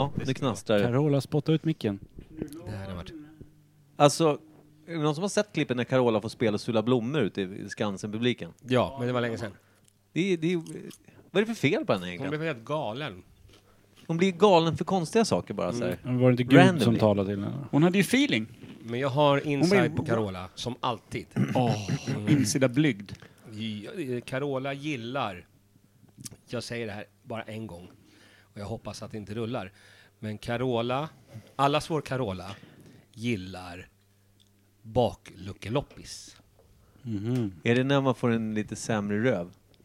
Ja, det knastrar. Carola, spotta ut micken. Det här har varit... Alltså, är det någon som har sett klippen när Carola får spela Sula blommor ute i Skansen-publiken? Ja, men det var länge sedan. Vad är det för fel på henne Hon egentligen? blev helt galen. Hon blir galen för konstiga saker bara så här. Men var det inte Gud Randomly. som talade till henne? Hon hade ju feeling. Men jag har insight på Carola, som alltid. Insida blygd. Carola gillar, jag säger det här bara en gång och jag hoppas att det inte rullar, men Carola, allas vår Carola gillar bakluckeloppis. Är det när man får en lite sämre röv?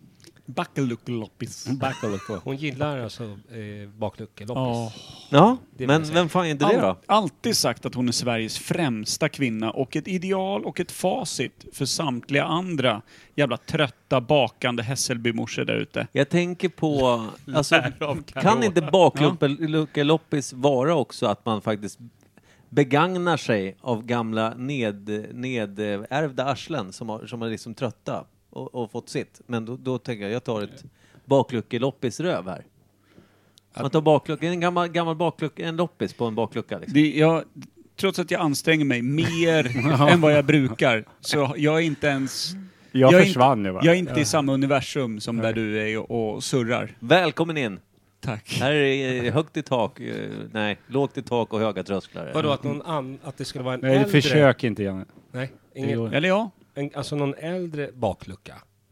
Backeluckloppis. Hon gillar alltså bakluckeloppis. Ja, Det men vill säga. vem fan är inte det då? Alltid sagt att hon är Sveriges främsta kvinna och ett ideal och ett facit för samtliga andra jävla trötta bakande Hässelbymorsor där ute. Jag tänker på, alltså, kan inte bakluckeloppis vara också att man faktiskt begagnar sig av gamla nedärvda arslen som är liksom trötta och fått sitt. Men då tänker jag tar ett bakluckeloppisröv här. Man tar en gammal baklucka, en loppis på en baklucka liksom. Trots att jag anstränger mig mer än vad jag brukar, så jag är inte ens... Jag är försvann inte, ju bara. jag är inte i samma universum som där du är och surrar. Välkommen in! Tack. Här är högt i tak, lågt i tak och höga trösklar. Vadå, att det skulle vara en Nej, äldre... försök inte, Janne. Nej, ingen, Eller ja. alltså någon äldre baklucka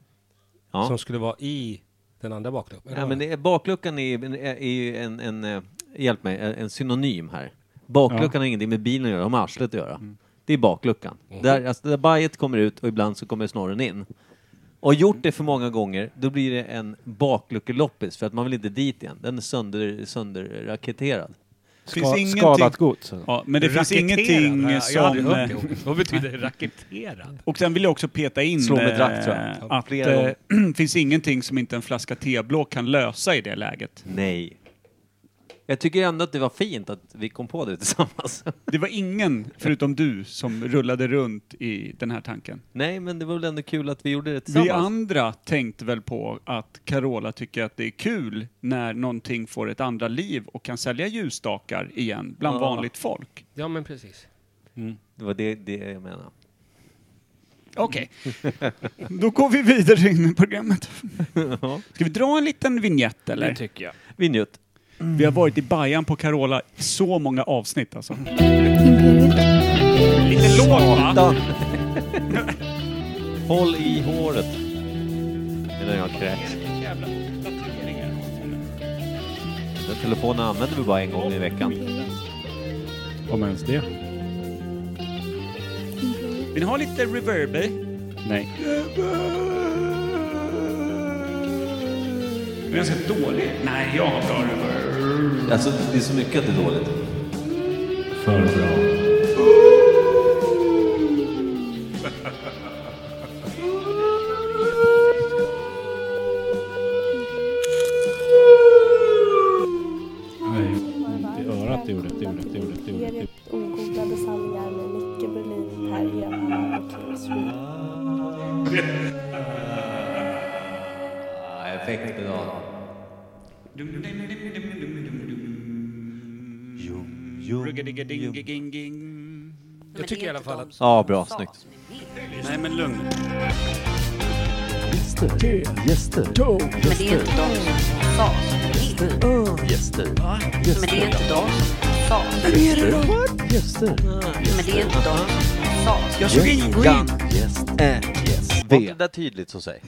Ja. som skulle vara i den andra bakluckan. Ja, men bakluckan är ju hjälp mig, en synonym här. Bakluckan har ingenting med bilen att göra, de har arslet att göra. Det är bakluckan. Där bajet kommer ut och ibland så kommer snorren in. Och gjort det för många gånger, då blir det en bakluckeloppis för att man vill inte dit igen. Den är sönderraketerad. Skadat gods. Ja, men det finns ingenting Jag har aldrig hört som... det. Vad betyder raketerad? Och sen vill jag också peta in Slå med drakt, tror jag. att det finns ingenting som inte en flaska teblå kan lösa i det läget. Nej. Jag tycker ändå att det var fint att vi kom på det tillsammans. Det var ingen, förutom du, som rullade runt i den här tanken. Nej, men det var väl ändå kul att vi gjorde det tillsammans. Vi andra tänkte väl på att Carola tycker att det är kul när någonting får ett andra liv och kan sälja ljusstakar igen bland vanligt folk. Ja, men precis. Det var det jag menade. Okej. Då går vi vidare in i programmet. Ska vi dra en liten vignett eller? Det tycker jag. Vinjut. Vi har varit i Bajan på Carola i så många avsnitt alltså. Lite lågt va? Håll i håret. Medan jag kräks. Den telefonen använder vi bara en gång i veckan. Om ens det. Vill ni ha lite reverb? Nej. Den är ganska dålig. Nej, jag har bra reverb. Alltså, det är så mycket att det är dåligt. För bra. Nej, ont i örat gjorde det. Ogooglade sanningar med Micke Berlin, Per Evhammar och Klaus Ryd. Effektpedal. Jag tycker i alla fall att... Ja, bra. Snyggt. Nej, men lugn. Gäster. Men det är inte de som sa som det är. Gäster. Men det är inte de som sa som det är. Gäster. Men det är inte de som sa som Jag såg ingen gå in. Gäst. Var inte det där tydligt så säg?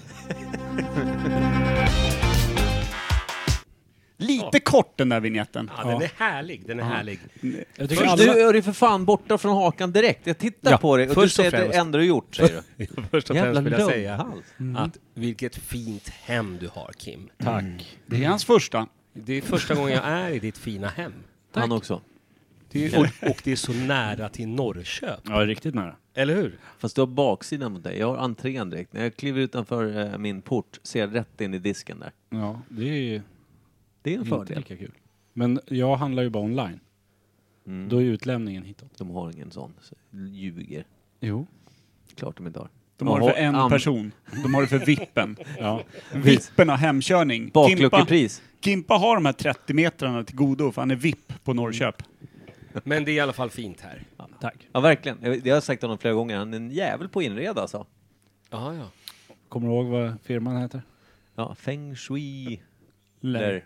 Lite kort den där vignetten. Ja, den är härlig, den är härlig. Jag tycker Först, du är ju för fan borta från hakan direkt. Jag tittar på dig och du först och säger att det främst. ändå du gjort, säger du. Först och främst vill jag säga lövhals. att vilket fint hem du har, Kim. tack. Det är hans första. Det är första gången jag är i ditt fina hem. Han också. Och det är så nära till Norrköping. Ja, riktigt nära. Eller hur? Fast du har baksidan mot dig. Jag har entrén direkt. När jag kliver utanför min port ser jag rätt in i disken där. Ja, det är ju Det är en inte fördel. lika kul. Men jag handlar ju bara online. Då är utlämningen hitåt. De har ingen sån. Så ljuger. Jo. Klart de inte har. De har det för en person. De har det för vippen. Ja. Vippen har hemkörning. Bakluckepris. Kimpa har de här 30 metrarna till godo för han är vipp. på Norrköp. Men det är i alla fall fint här. Tack. Ja, verkligen. Det har jag sagt honom flera gånger. Han är en jävel på inreda, alltså. Ja, ja. Kommer du ihåg vad firman heter? Ja, Feng Shui. Lär.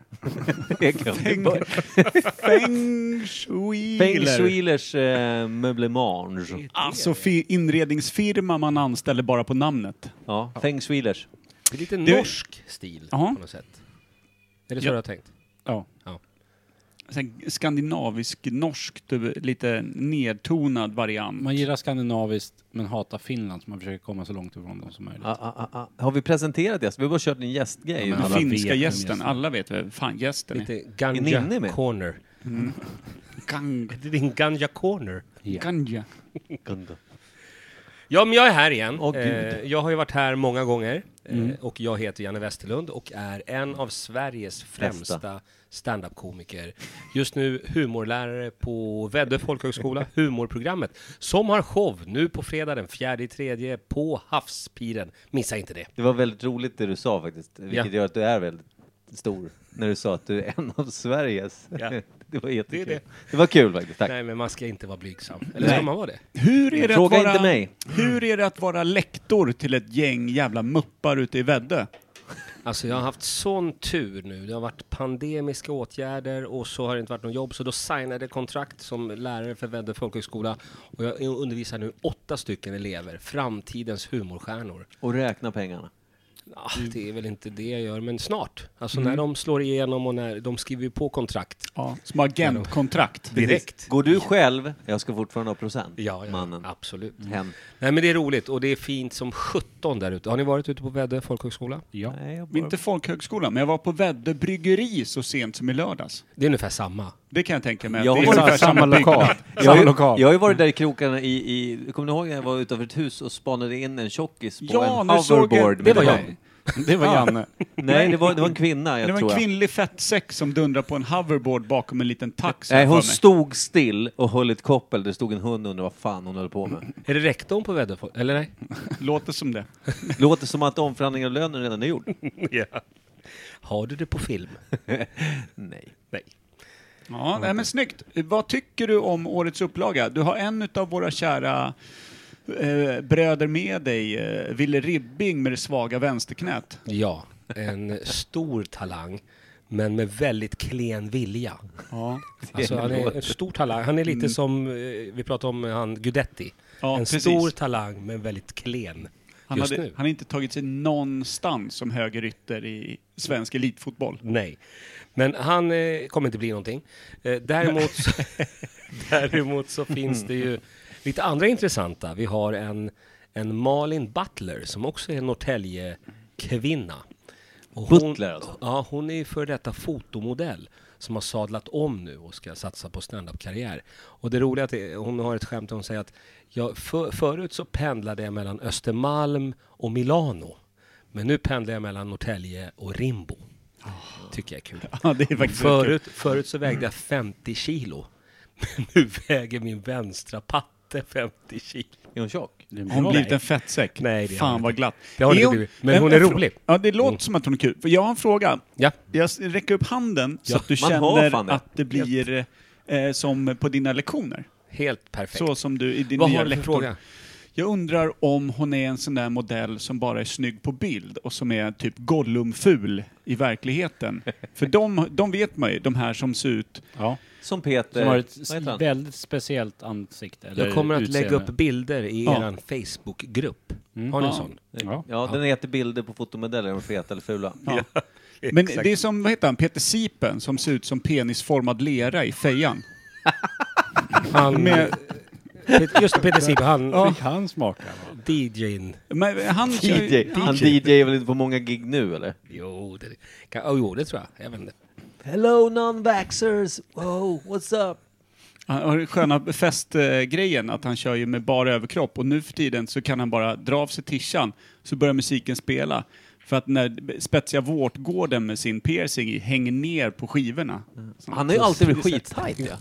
Feng Shui. Feng Shuilers möblemange. Alltså inredningsfirma man anställer bara på namnet. Ja, Feng Shuilers. Det är lite norsk stil på något sätt. Är det så du har tänkt? Ja. Skandinavisk, norsk, lite nedtonad variant. Man gillar skandinaviskt men hatar Finland, så man försöker komma så långt ifrån dem som möjligt. Har vi presenterat det? Vi har bara kört en gästgrej. Ja, den finska gästen. Alla vet väl fan gästen är. Lite ganja corner. Det är din ganja corner. Ganja. Ja, men jag är här igen. Gud. Jag har ju varit här många gånger. Och jag heter Janne Westerlund och är en av Sveriges främsta stand-up-komiker. Just nu humorlärare på Väddö folkhögskola, humorprogrammet, som har show nu på fredag den 4/3 på Havspiren. Missa inte det. Det var väldigt roligt det du sa faktiskt, vilket gör att du är väldigt stor. När du sa att du är en av Sveriges. Ja. Det var jättekul. Det är det. Det var kul faktiskt, tack. Nej, men man ska inte vara blygsam. Eller ska man vara det? Hur är det Fråga att vara, inte mig. Hur är det att vara lektor till ett gäng jävla muppar ute i Väddö? Alltså jag har haft sån tur nu. Det har varit pandemiska åtgärder och så har det inte varit någon jobb. Så då signade jag kontrakt som lärare för Väddö folkhögskola. Och jag undervisar nu 8 stycken elever. Framtidens humorstjärnor. Och räkna pengarna. Det är väl inte det jag gör, men snart. Alltså när de slår igenom och när de skriver på kontrakt. Ja, som agentkontrakt. Direkt. Går du själv? Jag ska fortfarande ha procent. Ja, mannen. absolut. Hem. Nej, men det är roligt och det är fint som 17 där ute. Har ni varit ute på Väddö folkhögskola? Ja. Nej, jag bara... Inte folkhögskolan, men jag var på Väddö bryggeri så sent som i lördags. Det är ungefär samma. Det kan jag tänka mig. Jag Det är har ungefär samma lokal. Jag har ju varit där i krokarna kommer ni ihåg när jag var utanför ett hus och spanade in en tjockis på en hoverboard? Det var jag. Det var Janne. Nej, det var en kvinna, Det var en kvinnlig fettsäck som dundrar på en hoverboard bakom en liten tax. Nej, hon stod still och höll ett koppel. Det stod en hund under vad fan hon höll på med. Är det rektorn på Väddö? Eller nej? Låter som det. Låter som att omförhandlingen av lönen redan är gjord. Ja. Har du det på film? Nej. Nej. Ja, nej, men snyggt. Vad tycker du om årets upplaga? Du har en av våra kära bröder med dig, Ville Ribbing med det svaga vänsterknät. Ja, en stor talang, men med väldigt klen vilja. Ja. Alltså, han är en stor talang. Han är lite som, vi pratade om han Gudetti. Ja, en precis. stor talang, men väldigt klen. Han har inte tagit sig någonstans som högerytter i svensk elitfotboll. Nej, men han kommer inte bli någonting. Däremot så finns det ju lite andra intressanta. Vi har en Malin Butler som också är en Norrtälje-kvinna. Och Butler alltså? Ja, hon är ju för detta fotomodell som har sadlat om nu och ska satsa på stand-up-karriär. Och det roliga är att hon har ett skämt där hon säger att förut så pendlade jag mellan Östermalm och Milano. Men nu pendlar jag mellan Norrtälje och Rimbo. Tycker jag är kul. Ja, det är faktiskt Förut så vägde jag 50 kilo. Men nu väger min vänstra patte 50 kilo. Är hon tjock? Hon har blivit en fettsäck. Nej, det har Fan hon vad inte. glatt. Det har hon inte blivit. Men hon är rolig. Ja, det låter som att hon är kul. För jag har en fråga. Ja. Jag räcker upp handen så att du man har fan känner det. att det blir som på dina lektioner. Helt perfekt. Så som du i din Vad nya har du för lektor. fråga? Jag undrar om hon är en sån där modell som bara är snygg på bild och som är typ Gollum-ful i verkligheten. För de vet man ju, de här som ser ut. Ja. Som Peter. Som har Vad ett heter han? väldigt speciellt ansikte. Eller Jag kommer att utseende. lägga upp bilder i Ja. eran Facebook-grupp. Har ni en sån? Ja. Den heter bilder på fotomodeller. Är de feta eller fula? Ja. Men det är som, vad heter han, Peter Sipen som ser ut som penisformad lera i fejan. Just Peter Sipe, han Fick han smaka? DJ:n. Men han Han DJ är väl inte på många gig nu, eller? Jo, det tror jag. Jag vet inte. Hello non-vaxxers! Wow, what's up? Han har sköna festgrejen att han kör ju med bara överkropp och nu för tiden så kan han bara dra av sig tishan så börjar musiken spela. För att när spetsiga vårtgården med sin piercing hänger ner på skivorna. Han har ju alltid varit skittajt, ja.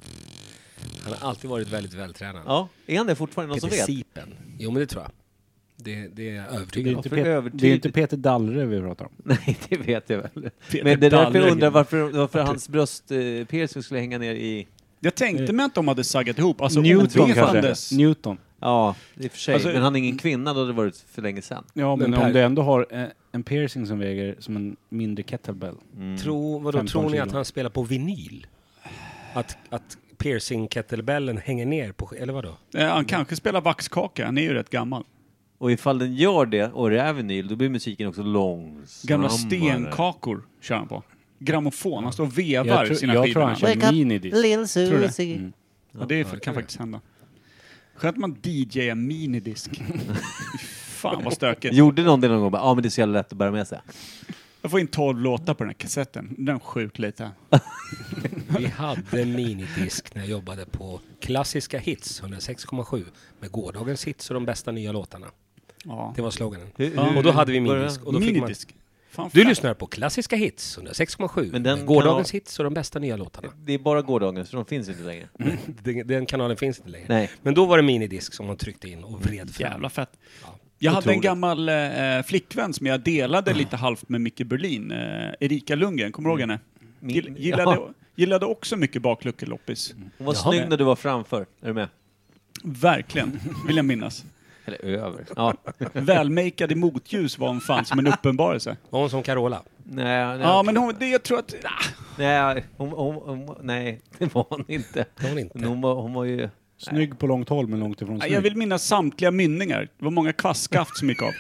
Han har alltid varit väldigt vältränad. Ja, är han det fortfarande? Någon som Peter vet? Sipen. Jo, men det tror jag. Det är jag Det är, övertygad om. inte Varför det är inte Peter Dallre vi pratar om. Nej, det vet jag väl. Peter Men det är därför jag Dahlgren. undrar varför hans bröstpiercing skulle hänga ner i... Jag tänkte mig att de hade saggat ihop. Alltså, Newton ovetandes. kanske. Newton. Ja, i och för sig. Alltså- men han är ingen kvinna, då hade det varit för länge sedan. Ja, men Men om Per- du ändå har en piercing som väger som en mindre kettlebell. Vadå, 15 tror ni kilo. att han spelar på vinyl? Att piercing-kettlebellen hänger ner på... Eller vadå? Han kanske spelar vaxkaka, han är ju rätt gammal. Och ifall den gör det, och det är vinyl, då blir musiken också långsammare. Gamla stenkakor kör han på. Grammofon, han står och vevar sina jag skivor. tror han kör minidisk. Little Tror du det? Susie. Ja, det kan faktiskt hända. Skönt man DJar minidisk. Fan vad stökigt. Gjorde någon det någon gång? Ja, men det är så jävla lätt att bära med sig. Jag får in 12 låtar på den här kassetten. Den sjukt lite. Vi hade minidisk när jag jobbade på Klassiska Hits 106,7 med gårdagens hits och de bästa nya låtarna. Ja. Det var sloganen. Hur- Och då hade vi Börja- minidisk. Och då fick man, Minidisk. Fan, du fett. lyssnar på Klassiska Hits 106,7 Men den med gårdagens kan hits och de bästa nya låtarna. Det är bara gårdagen, så de finns inte längre. Den kanalen finns inte längre. Nej. Men då var det minidisk som man tryckte in och vred fram. Jävla fett. Ja. Jag hade en Otroligt. gammal flickvän som jag delade lite halvt med Micke Berlin. Erika Lundgren, kommer du ihåg henne? Gillade också mycket bakluckeloppis. Hon var Jaha. snygg när du var framför. Är du med? Verkligen, vill jag minnas. Eller över. Ja. Välmakead i motljus var hon fan som en uppenbarelse. Var hon som Carola? Nej, Ja, men jag tror att... nej, nej, det var hon inte. Det var hon inte. Men hon var ju... Snygg på långt håll men långt ifrån snygg. Jag vill minnas samtliga mynningar. Det var många kvastskaft som gick av.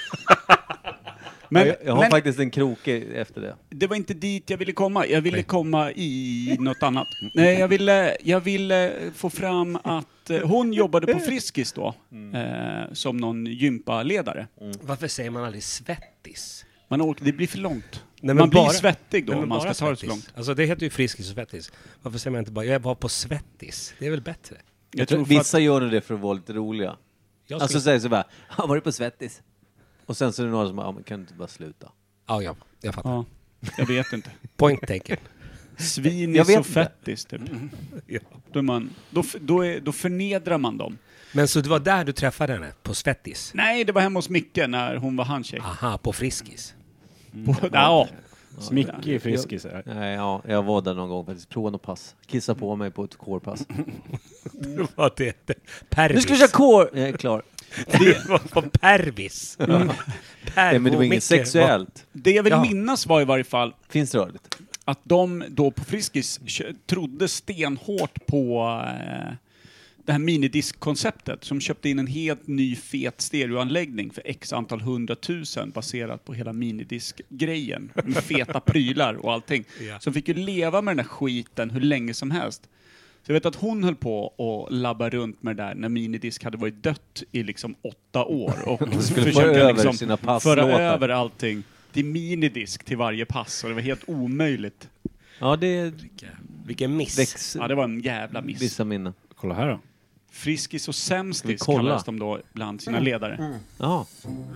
Men, jag har men faktiskt en krok efter det. det var inte dit jag ville komma. Jag ville komma i något annat. Nej, jag ville få fram att hon jobbade på Friskis då. Som någon gympaledare. Varför säger man aldrig svettis? Det blir för långt. Nej, Man blir bara- svettig då Nej, om men man ska bara ta det så svettis. långt. Alltså det heter ju Friskis och Svettis. Varför säger man inte bara jag var på Svettis? Det är väl bättre? Jag tror för Vissa gör nog det för att vara lite roliga. Jag Alltså skulle... säger så bara, har varit på Svettis? Och sen så är det några som bara, men kan du inte bara sluta? Ja, jag fattar. Ja, jag vet inte. Point taken. Jag Svinis vet och inte. fettis typ. Ja. Då förnedrar man dem. Men så det var där du träffade henne? På Svettis? Nej, det var hemma hos Micke när hon var hans tjej. Aha, på Friskis. Ja. Micke i Friskis. Nej, ja, jag var där någon gång faktiskt. Prova något pass. Kissa på mig på ett kårpass. Det var det. Pervis. Nu ska vi köra kår! Jag är klar. Det var på Pervis. Nej, men det var inget sexuellt. Det jag vill Ja. minnas var i varje fall Finns det rörligt? att de då på Friskis trodde stenhårt på det här minidiskkonceptet, som köpte in en helt ny fet stereoanläggning för x antal 100 000 baserat på hela minidiskgrejen. Med feta prylar och allting. Ja. Så fick ju leva med den där skiten hur länge som helst. Så jag vet att hon höll på att labba runt med det där när minidisk hade varit dött i liksom 8 år. Och skulle försöka föra över liksom sina passlåtar. föra över allting till minidisk till varje pass. Och det var helt omöjligt. Ja, det är Vilken miss. Ja, det var en jävla miss. vissa minnen. Kolla här då. Friskis och Ska vi sämstis kolla? kallas de då bland sina ledare. Ja.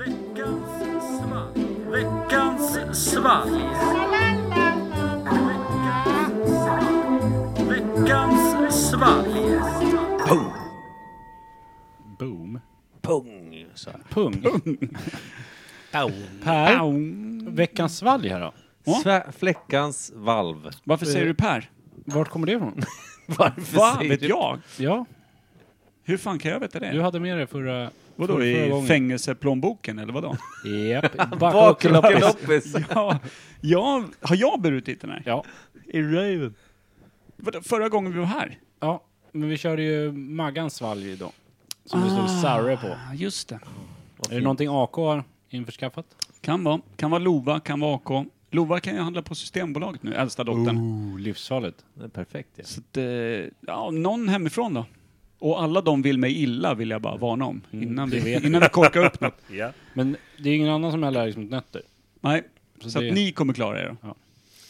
Boom. Pung! Så här. Pung. Au. Per, veckans svalg här då. Fläckans valv. Varför säger du Per? Vart kommer det ifrån? Varför Vad säger vet du? jag? Ja, Hur fan kan jag veta det? du hade med det förra Vadå, i gången. fängelseplånboken eller vadå? Japp. Bakloppis. Har jag burit hit den här? Ja. I Raven. Vadå, förra gången vi var här? Ja, men vi körde ju Maggans svalg idag. Som det stod Sarre på. Just det. Är det någonting AK har införskaffat? Kan vara Lova, kan vara AK. Lova kan jag handla på Systembolaget nu, äldsta dottern. Livsfarligt. Det är perfekt, ja. Så att, ja, någon hemifrån då. Och alla de vill mig illa, vill jag bara varna om. Innan vi korkar upp något. Men det är ingen annan som är allergisk mot nötter. Nej, Så så det- att ni kommer klara er då.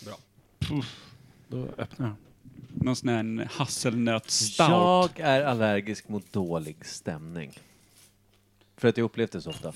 Då öppnar jag. Någon sån här hasselnötsstout. Jag är allergisk mot dålig stämning. För att jag upplevt det så ofta.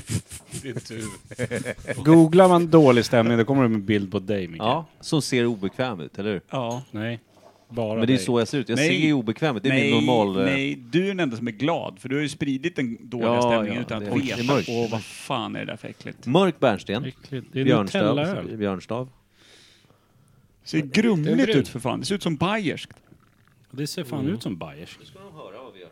Googlar man dålig stämning, då kommer det med bild på dig, Mikael. Ja, som ser obekväm ut, eller hur? Ja. Nej. Bara Men det är dig. så jag ser ut. Jag Nej. ser ju obekväm ut. Det är min normal... Nej, du är den enda som är glad. För du har ju spridit den dåliga stämningen utan det att är- det är veta. mörkt. Åh, vad fan är det där för äckligt? Mörk bärnsten. Äckligt. Det är Björnstav. Nutella-öl. Björnstav. Ser Det är grumligt brun. ut för fan. Det ser ut som bayerskt. Det ser fan ut som Bayers. ska de höra vad vi gör.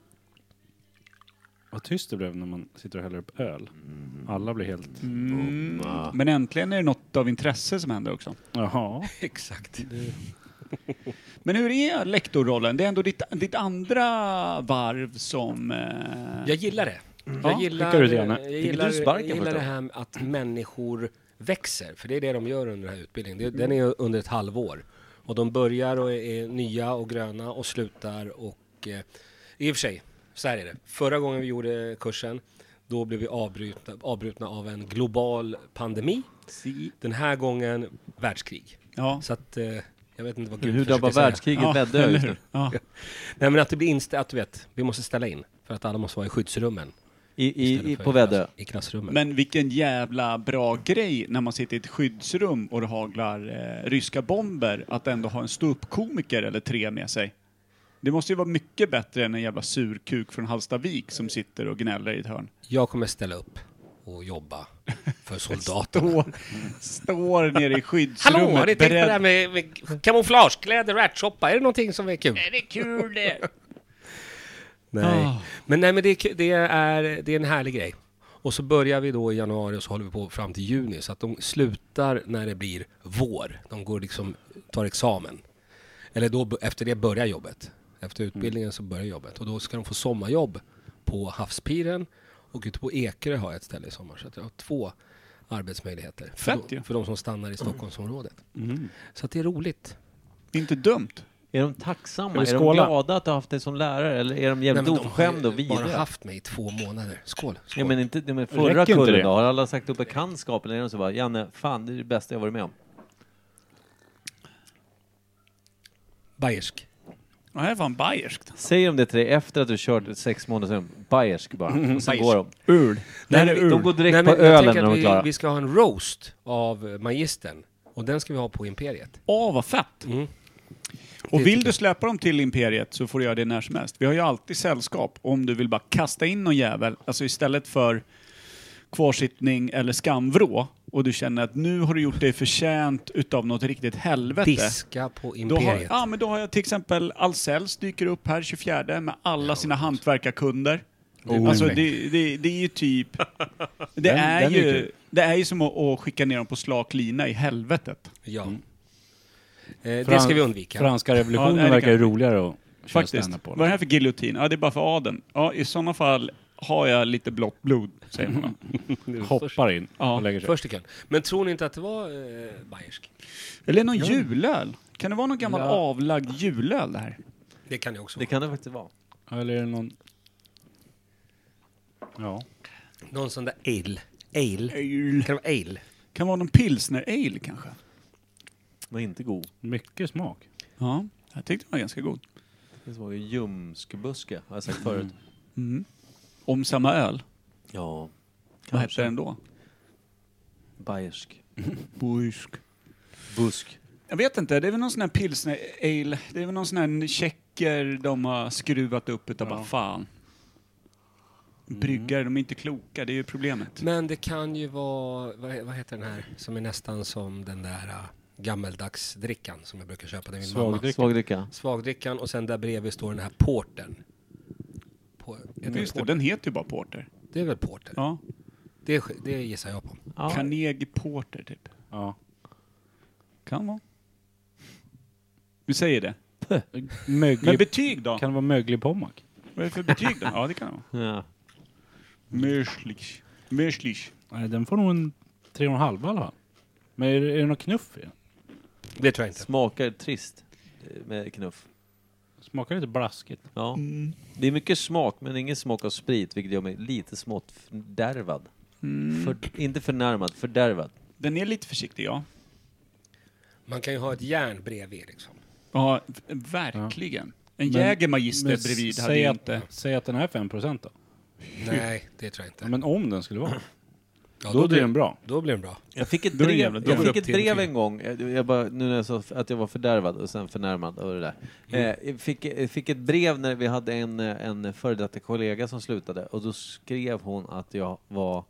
Vad tyst det blev när man sitter och häller upp öl. Alla blir helt... Men äntligen är det något av intresse som händer också. Jaha. Exakt. Men hur är lektorrollen? Det är ändå ditt andra varv som... Jag gillar det. Ja, Jag gillar, tycker du det, Janne? jag Fick gillar, du sparken jag gillar först det då? här med att människor växer. För det är det de gör under den här utbildningen. Den är under ett halvår. Och de börjar och är nya och gröna och slutar. Och i och för sig, så här är det. Förra gången vi gjorde kursen, då blev vi avbrutna av en global pandemi. Den här gången världskrig. Ja. Så att jag vet inte vad Gud Hur försöker drabbar säga. världskriget Väddö just nu? Ja. Nej, men att det blir att du vet, vi måste ställa in. För att alla måste vara i skyddsrummen. istället för På Väddö? I klassrummen. Men vilken jävla bra grej när man sitter i ett skyddsrum och det haglar ryska bomber att ändå ha en ståuppkomiker eller 3 med sig. Det måste ju vara mycket bättre än en jävla surkuk från Hallstavik som sitter och gnäller i ett hörn. Jag kommer ställa upp och jobba för soldaterna. Står nere i skyddsrummet. Hallå, har ni tänkt på det här med kamouflagekläder och ärtsoppa? Är det någonting som är kul? Är det kul det? Nej. Men det är en härlig grej. Och så börjar vi då i januari och så håller vi på fram till juni. Så att de slutar när det blir vår. De går liksom, tar examen. Eller då, efter det börjar jobbet. Efter utbildningen så börjar jobbet. Och då ska de få sommarjobb på Havspiren. Och ute på Ekerö har jag ett ställe i sommar. Så att jag har 2 arbetsmöjligheter. Fett ju. För de som stannar i Stockholmsområdet. Så att det är roligt. Inte dumt. Är de tacksamma? Ska vi Är de skåla? glada att du har haft dig som lärare? Eller är de jävligt Nej, men oförskämda och de har ju bara vidriga? haft mig i 2 månader. Skål. Ja, men inte men förra Räcker inte kullen det? då? Har alla sagt upp bekantskap? Eller är de så bara, Janne, fan det är det bästa jag varit med om? Bayersk. Ja, det är fan bayerskt. Säger de det till dig efter att du kört 6 månader sedan? Bayersk bara. Och sen Bayersk. går de. Ul. De går direkt Nej, på men jag ölen tänker när de att är klara. vi ska ha en roast av magistern. Och den ska vi ha på Imperiet. Åh, vad fett. Mm. Och Det vill tycker du släppa dem till Imperiet så får du göra det när som helst. Vi har ju alltid sällskap om du vill bara kasta in någon jävel. Alltså istället för kvarsittning eller skamvrå. Och du känner att nu har du gjort dig förtjänt utav något riktigt helvete. Diska på Då har, Imperiet. ja, men då har jag till exempel Ahlsells dyker upp här 24 med alla sina hantverkarkunder. Alltså det är ju typ... Det är den är ju kul. det är ju som att skicka ner dem på slak lina i helvetet. Ja. Det ska vi undvika. Franska revolutionen Ja, det verkar ju kan- roligare att köra Faktiskt. stand-up på. Vad är det här för giljotin? Ja, det är bara för adeln. Ja, i sådana fall har jag lite blått blod, säger man. Hoppar in Ja, och lägger sig. Först i kön. Men tror ni inte att det var bayersk? Eller någon julöl. Kan det vara någon gammal avlagd julöl det här? Det kan det också Det vara. kan det faktiskt vara. Eller är det någon... Ja. Någon sån där ale. Ale. Ale. Kan det vara ale? Kan vara någon pilsner ale kanske? Men inte god. Mycket smak. Ja, jag tyckte den var ganska god. Det var ju ljumskbuske, har jag sagt förut. Om samma öl. Ja. Vad hette den då? Bayersk. Busk. Busk. Jag vet inte, det är väl någon sån här pilsner ale. Det är väl någon sån här tjecker de har skruvat upp utav bara fan. Bryggare, de är inte kloka, det är ju problemet. Men det kan ju vara... Vad heter den här? Som är nästan som den där gammeldagsdrickan som jag brukar köpa till min mamma. Svagdricka. Svagdrickan. Och sen där bredvid står den här portern. Just det, den heter ju bara porter. Det är väl porter? Ja. Det gissar jag på. Ja. Carnegie Porter typ. Ja. Kan vara. Vi säger det. Men Möglig... betyg då? Kan det vara möglig pommac? Vad är det för betyg då? Ja, det kan det vara. Ja. Mörslich. Mörslich. Nej, den får nog en 3,5 i alla fall. Men är det någon knuff i den? Det tror jag inte. Smakar trist med knuff. Smakar lite blaskigt. Ja. Det är mycket smak, men ingen smak av sprit, vilket gör mig lite smått fördärvad. Inte förnärmad, fördärvad. Den är lite försiktig, ja. Man kan ju ha ett järn bredvid liksom. Ja, verkligen. En Men- Jägermagister Men bredvid hade säg ju att, inte... säg att den är 5% då. Nej, det tror jag inte. Ja, men om den skulle vara. Ja, Då blir den bra. Då blir den bra. Jag fick ett Då är det brev, jävla- då jag går fick det ett upp till brev tre. en gång, jag bara, nu när jag sa att jag var fördärvad och sen förnärmad och det där. Jag fick ett brev när vi hade en före detta kollega som slutade och då skrev hon att jag var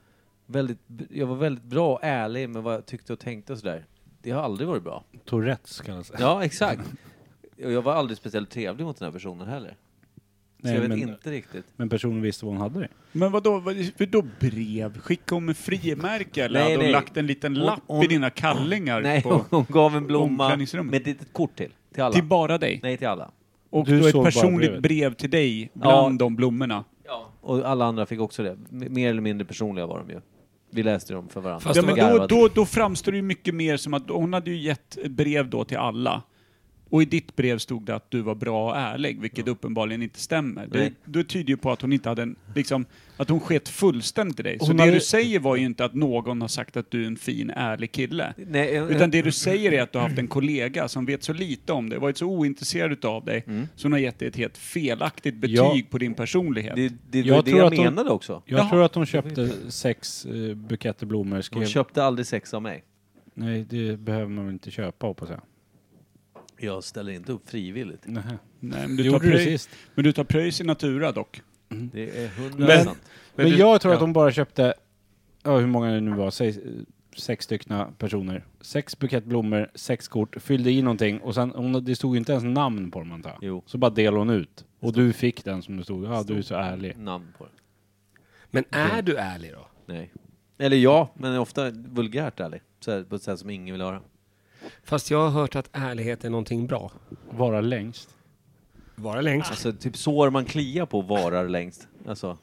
väldigt bra och ärlig med vad jag tyckte och tänkte och sådär. Det har aldrig varit bra. Tourettes kallas det. Ja, exakt. Och jag var aldrig speciellt trevlig mot den här personen heller. Så Nej, jag vet men- inte riktigt. Men personen visste vad hon hade det. Men vadå brev? Skickade hon med frimärke eller Nej, hade hon nej. lagt en liten lapp hon- i dina kallingar? Nej, på, hon gav en blomma omklädningsrummet. med ett litet kort till alla. till bara dig? Nej, till alla. Och Du då ett såg bara personligt brevet. brev till dig bland de blommorna? Ja. Och alla andra fick också det. Mer eller mindre personliga var de ju. Vi läste dem för varandra. Fast Ja, de men Garvade. då framstår det ju mycket mer som att hon hade ju gett ett brev då till alla. Och i ditt brev stod det att du var bra och ärlig, vilket uppenbarligen inte stämmer. Nej. Det tyder ju på att hon inte hade en, liksom, att hon sket fullständigt i dig. Så Hon det hade- du säger var ju inte att någon har sagt att du är en fin, ärlig kille. Nej, Utan det du säger är att du har haft en kollega som vet så lite om dig, varit så ointresserad utav dig, så hon har gett dig ett helt felaktigt betyg Ja. på din personlighet. det Jag var det tror jag att hon- menade också. Jag Jaha. tror att hon köpte 6 buketter blommor. Hon Skrev, köpte aldrig sex av mig. nej, det behöver man väl inte köpa, hoppas jag. Jag ställer inte upp frivilligt. Nej. Nej, men Det du tar gjorde du pröjs, sist. men du tar pröjs i natura dock. Det är 100%. Men- Men du- jag tror ja. att hon bara köpte, hur många det nu var, 6 stycken personer. 6 bukett blommor, 6 kort, fyllde i någonting och sen, det stod ju inte ens namn på dem antar jag. Jo. Så bara delade hon ut. Och du fick den som det stod, ja du är så ärlig. Namn på det. Men är du ärlig då? Nej. Eller ja, men ofta vulgärt ärlig. Så här, på ett sätt som ingen vill höra. Fast jag har hört att ärlighet är någonting bra. Vara längst. Vara längst. Alltså typ sår man kliar på varar längst. Alltså.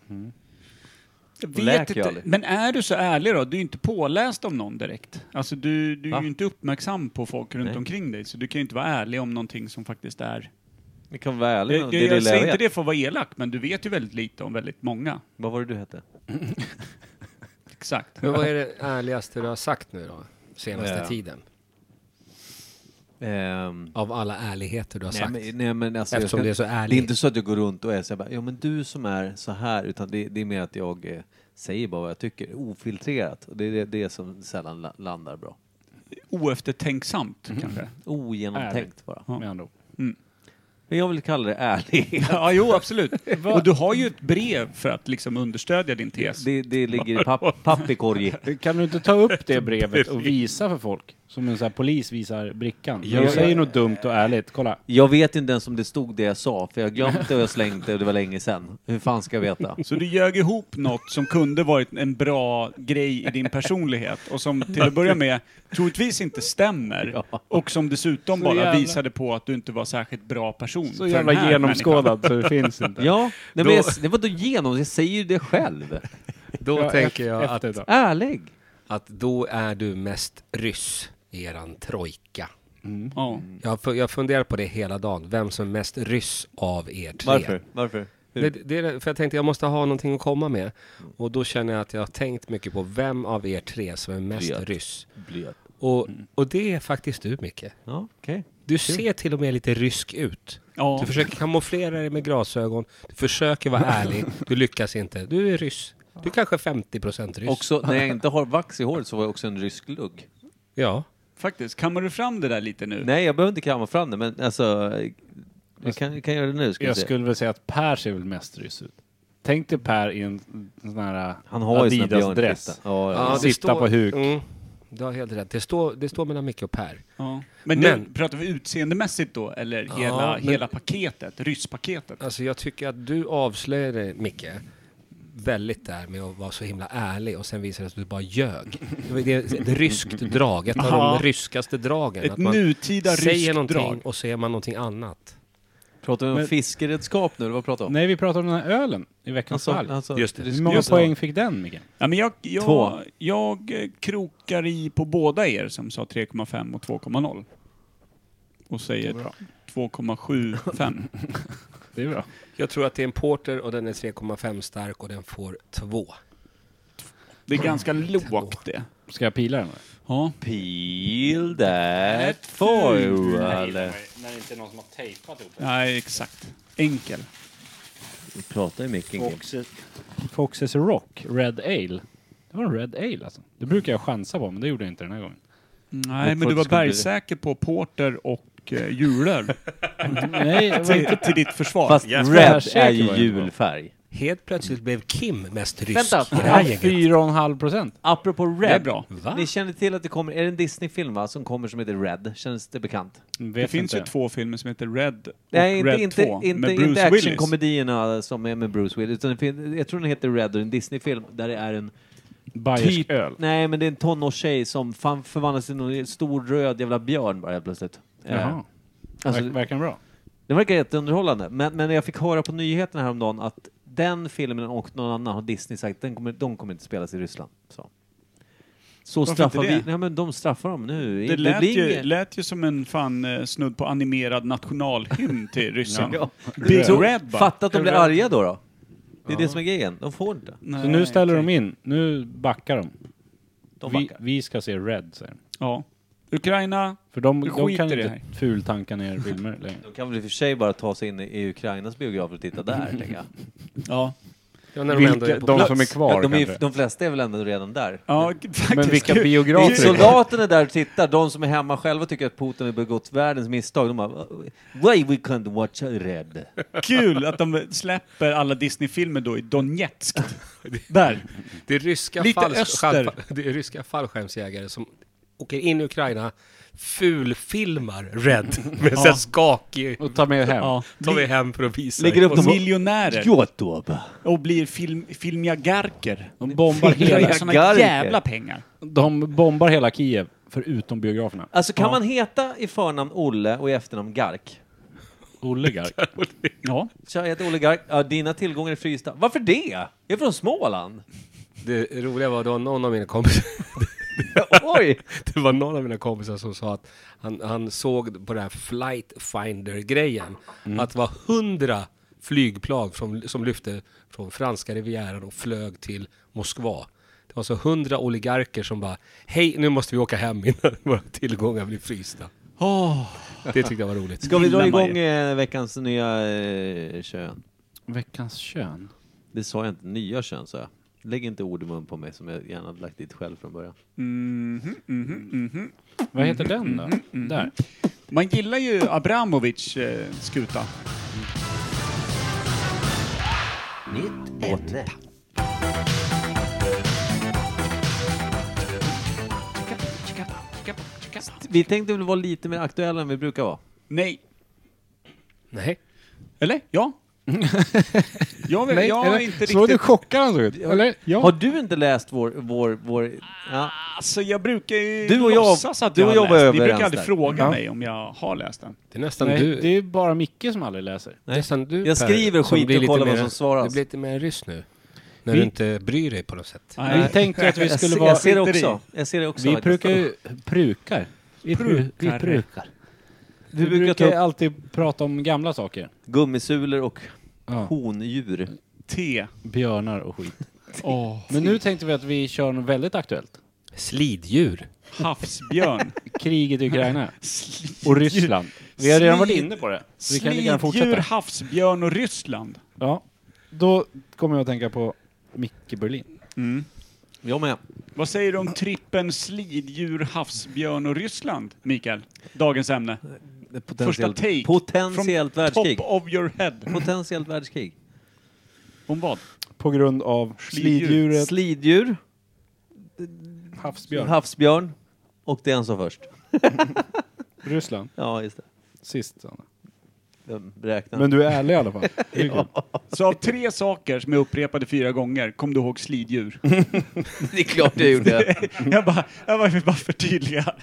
Jag läker vet ju inte. aldrig. Men är du så ärlig då? Du är ju inte påläst om någon direkt. Alltså du är Va? ju inte uppmärksam på folk runt Nej. omkring dig. Så du kan ju inte vara ärlig om någonting som faktiskt är... Vi kan vara ärliga. Jag, Det är det jag säger jag inte vet. det för att vara elak, men du vet ju väldigt lite om väldigt många. Vad var det du hette? Exakt. Men vad är det ärligaste du har sagt nu då? Senaste Ja. tiden? Ehm, Av alla ärligheter du har sagt. nej, men alltså, Eftersom jag det är så det ärligt. är inte så att jag går runt och är så här, bara, ja men du som är så här, utan det är mer att jag säger bara vad jag tycker, ofiltrerat. Och det är det som sällan landar bra. Oeftertänksamt kanske. Ogenomtänkt bara. Med andra ord. Men jag vill kalla det ärlig. Ja, jo absolut. Och du har ju ett brev för att liksom understödja din tes. Det ligger i pappekorg. Kan du inte ta upp det brevet och visa för folk? Som en sån här polis visar brickan. Ja, Jag säger något dumt och ärligt, kolla. Jag vet inte ens om det stod det jag sa, för jag glömde det och jag slängde det och det var länge sedan. Hur fan ska jag veta? Så du ljög ihop något som kunde varit en bra grej i din personlighet och som till att börja med troligtvis inte stämmer och som dessutom Så bara jävla- visade på att du inte var särskilt bra person. Så för jävla den här genomskådad så det finns inte. Ja, nej, Då- men det var då genom, jag säger ju det själv. Då Ja, tänker jag efter då. Ärlig. att då är du mest ryss i eran trojka. Ja. Jag funderar på det hela dagen. Vem som är mest ryss av er tre. Varför? Det är för jag tänkte jag måste ha någonting att komma med. Och då känner jag att jag har tänkt mycket på vem av er tre som är mest Blöt. ryss. Blöt. Och det är faktiskt du, Micke. Ja, okej. Du ser till och med lite rysk ut. Ja. Du försöker kamouflera dig med glasögon. Du försöker vara ärlig. Du lyckas inte. Du är ryss. Du är kanske 50% ryss. Också, när jag inte har vax i håret så var jag också en rysk lugg. Ja. Faktiskt, kammar du fram det där lite nu? Nej, jag behöver inte kamma fram det, men alltså... Vi kan göra det nu, ska vi Jag se. skulle väl säga att Per ser väl mest ryss ut. Tänk dig Per i en sån här Han har ju sina Adidas-dress. björnfitta. Ja, ja. Ja, Sitta på huk. Du har helt rätt. Det står mellan Micke och Per. Ja. Men- Men pratar vi utseendemässigt då? Eller Ja, men- hela paketet? Rysspaketet? Alltså jag tycker att du avslöjade, Micke, väldigt där med att vara så himla ärlig och sen visade det att du bara ljög. Det är ett ryskt drag, ett av Ja. de ryskaste dragen. Ett att man nutida säger ryskt någonting drag. och så är man någonting annat. Pratar vi om Men- fiskeredskap nu, eller vad pratar vi om? Nej, vi pratar om den här ölen i veckans fall. Just det. Hur många Just det. poäng fick den, Micke? Ja, men Två. jag krokar i på båda er som sa 3,5 och 2,0. Och säger 2,75. Det är bra. Jag tror att det är en porter och den är 3,5 stark och den får 2. Det är ganska lågt det. Ska jag pila den? Ja. Peel that foil. När det inte är någon som har tejpat ihop Nej, exakt. Enkel. Vi pratar ju mycket. Foxes Rock Red Ale. Det var en Red Ale alltså. Det brukar jag chansa på, men det gjorde jag inte den här gången. Nej, men du var bergsäker på porter och julöl. Nej, jag var inte... till ditt försvar. Fast red är ju julfärg. Helt plötsligt blev Kim mest rysk Vänta, i det här gänget. 4,5%. Apropå Det är Red. bra. Va? Ni känner till att det kommer, är det en Disney-film va, som kommer som heter Red? Känns det bekant? Det finns ju 2 filmer som heter Red och Nej, Red 2 med Bruce inte Willis. actionkomedierna som är med Bruce Willis. Utan jag tror den heter Red och en Disney-film där det är en Bayersk öl. Nej, men det är en tonårstjej som förvandlas till en stor röd jävla björn bara helt plötsligt. Jaha. Alltså, Verkar bra. det verkar jätteunderhållande. Men jag fick höra på nyheterna häromdagen att den filmen och någon annan har Disney sagt de kommer inte spelas i Ryssland. Så Varför straffar inte det? vi... Nej, men de straffar dem nu. Det blir lät ju som en snudd på animerad nationalhymn till ryssen. Ja. Big Så, Red bara. fatta att de blir arga då. Det är det som är grejen. De får inte. Nej, Så nu ställer okej. de in. Nu backar de. De backar. Vi ska se Red, säger de. Ja. Ukraina, För de Vi kan skiter i det inte fultanka ner filmer längre. De kan väl i och för sig bara ta sig in i Ukrainas biografer och titta där, tänker jag. ja. Ja, när de ändå är på De plats. som är kvar kanske. De flesta är väl ändå redan där. Ja, faktiskt. Men vilka biografer är det? Soldaterna där tittar, de som är hemma själva tycker att Putin har begått världens misstag. De bara, why we can't watch Red? Kul att de släpper alla Disney-filmer då i Donetsk. Där. Det är ryska, Lite öster. det är ryska fallskärmsjägare som åker in i Ukraina, fulfilmar Red med så här skakig... Och ta med hem. Ja. Tar vi hem för att visa. Lägger upp Och dem miljonärer. Youtube. Och blir filmjagarker. De bombar Filmar hela, såna Garker. jävla pengar. de bombar hela Kiev, förutom biograferna. Alltså kan Ja. man heta i förnamn Olle och i efternamn Gark? Olle Gark. Ja. Så jag heter Olle Gark. Ja, dina tillgångar är frysta. Varför det? Jag är från Småland. Det roliga var då någon av mina kompisar Oj! det var någon av mina kompisar som sa att han såg på den här Flight Finder-grejen att det var 100 flygplan som lyfte från franska rivieran och flög till Moskva. Det var så 100 oligarker som bara, hej, nu måste vi åka hem innan våra tillgångar blir frysta. Det tyckte jag var roligt. Ska vi dra Gillar man igång veckans nya kön? Veckans kön. Det sa jag inte, nya kön sa jag. Lägg inte ord i mun på mig som jag gärna hade lagt dit själv från början. Vad heter den då? Där. Man gillar ju Abramovic skuta. Nytt ämne. Vi tänkte väl vara lite mer aktuella än vi brukar vara. Nej. Nej. Eller? Ja. Jag är inte riktigt... Så du chockad han såg ut? Eller? Ja. Har du inte läst vår ja. Alltså jag brukar ju Du och jag- låtsas att du jag och har jag var läst. Ni överens brukar aldrig där. fråga Ja. mig om jag har läst den. Det är nästan Nej, du. det är bara Micke som aldrig läser. Det är nästan du, Jag Per, skriver som skit blir och lite kollar vad mer- som svaras. Det blir lite mer ryss nu. När Vi- du inte bryr dig på något sätt. Vi tänkte att vi skulle vara... Jag ser det inte också. Jag ser det också. Vi faktiskt. brukar ju... Prukar. Vi brukar. Vi brukar ta brukar upp- alltid prata om gamla saker. Gummisulor och Ja. hondjur. Te. Björnar och skit. Åh. Men nu tänkte vi att vi kör något väldigt aktuellt. Sliddjur. Havsbjörn. Kriget i Ukraina. Och Ryssland. Vi har redan varit inne på det. Så vi kan lika gärna Sliddjur, fortsätta. havsbjörn och Ryssland. Ja. Då kommer jag att tänka på Micke Berlin. Jag med. Vad säger du om trippen sliddjur, havsbjörn och Ryssland, Mikael? Dagens ämne. Första take. Potentiellt From världskrig. top of your head. Potentiellt världskrig. Om vad? På grund av Sliddjur. sliddjuret Sliddjur, havsbjörn. havsbjörn och det han sa först. Ryssland. Ja, just det. Sist. Sanna. Jag räknar. Men du är ärlig i alla fall. Det är kul. Så av 3 saker som jag upprepade 4 gånger, kom du ihåg sliddjur? Det är klart jag gjorde. jag vill bara förtydliga.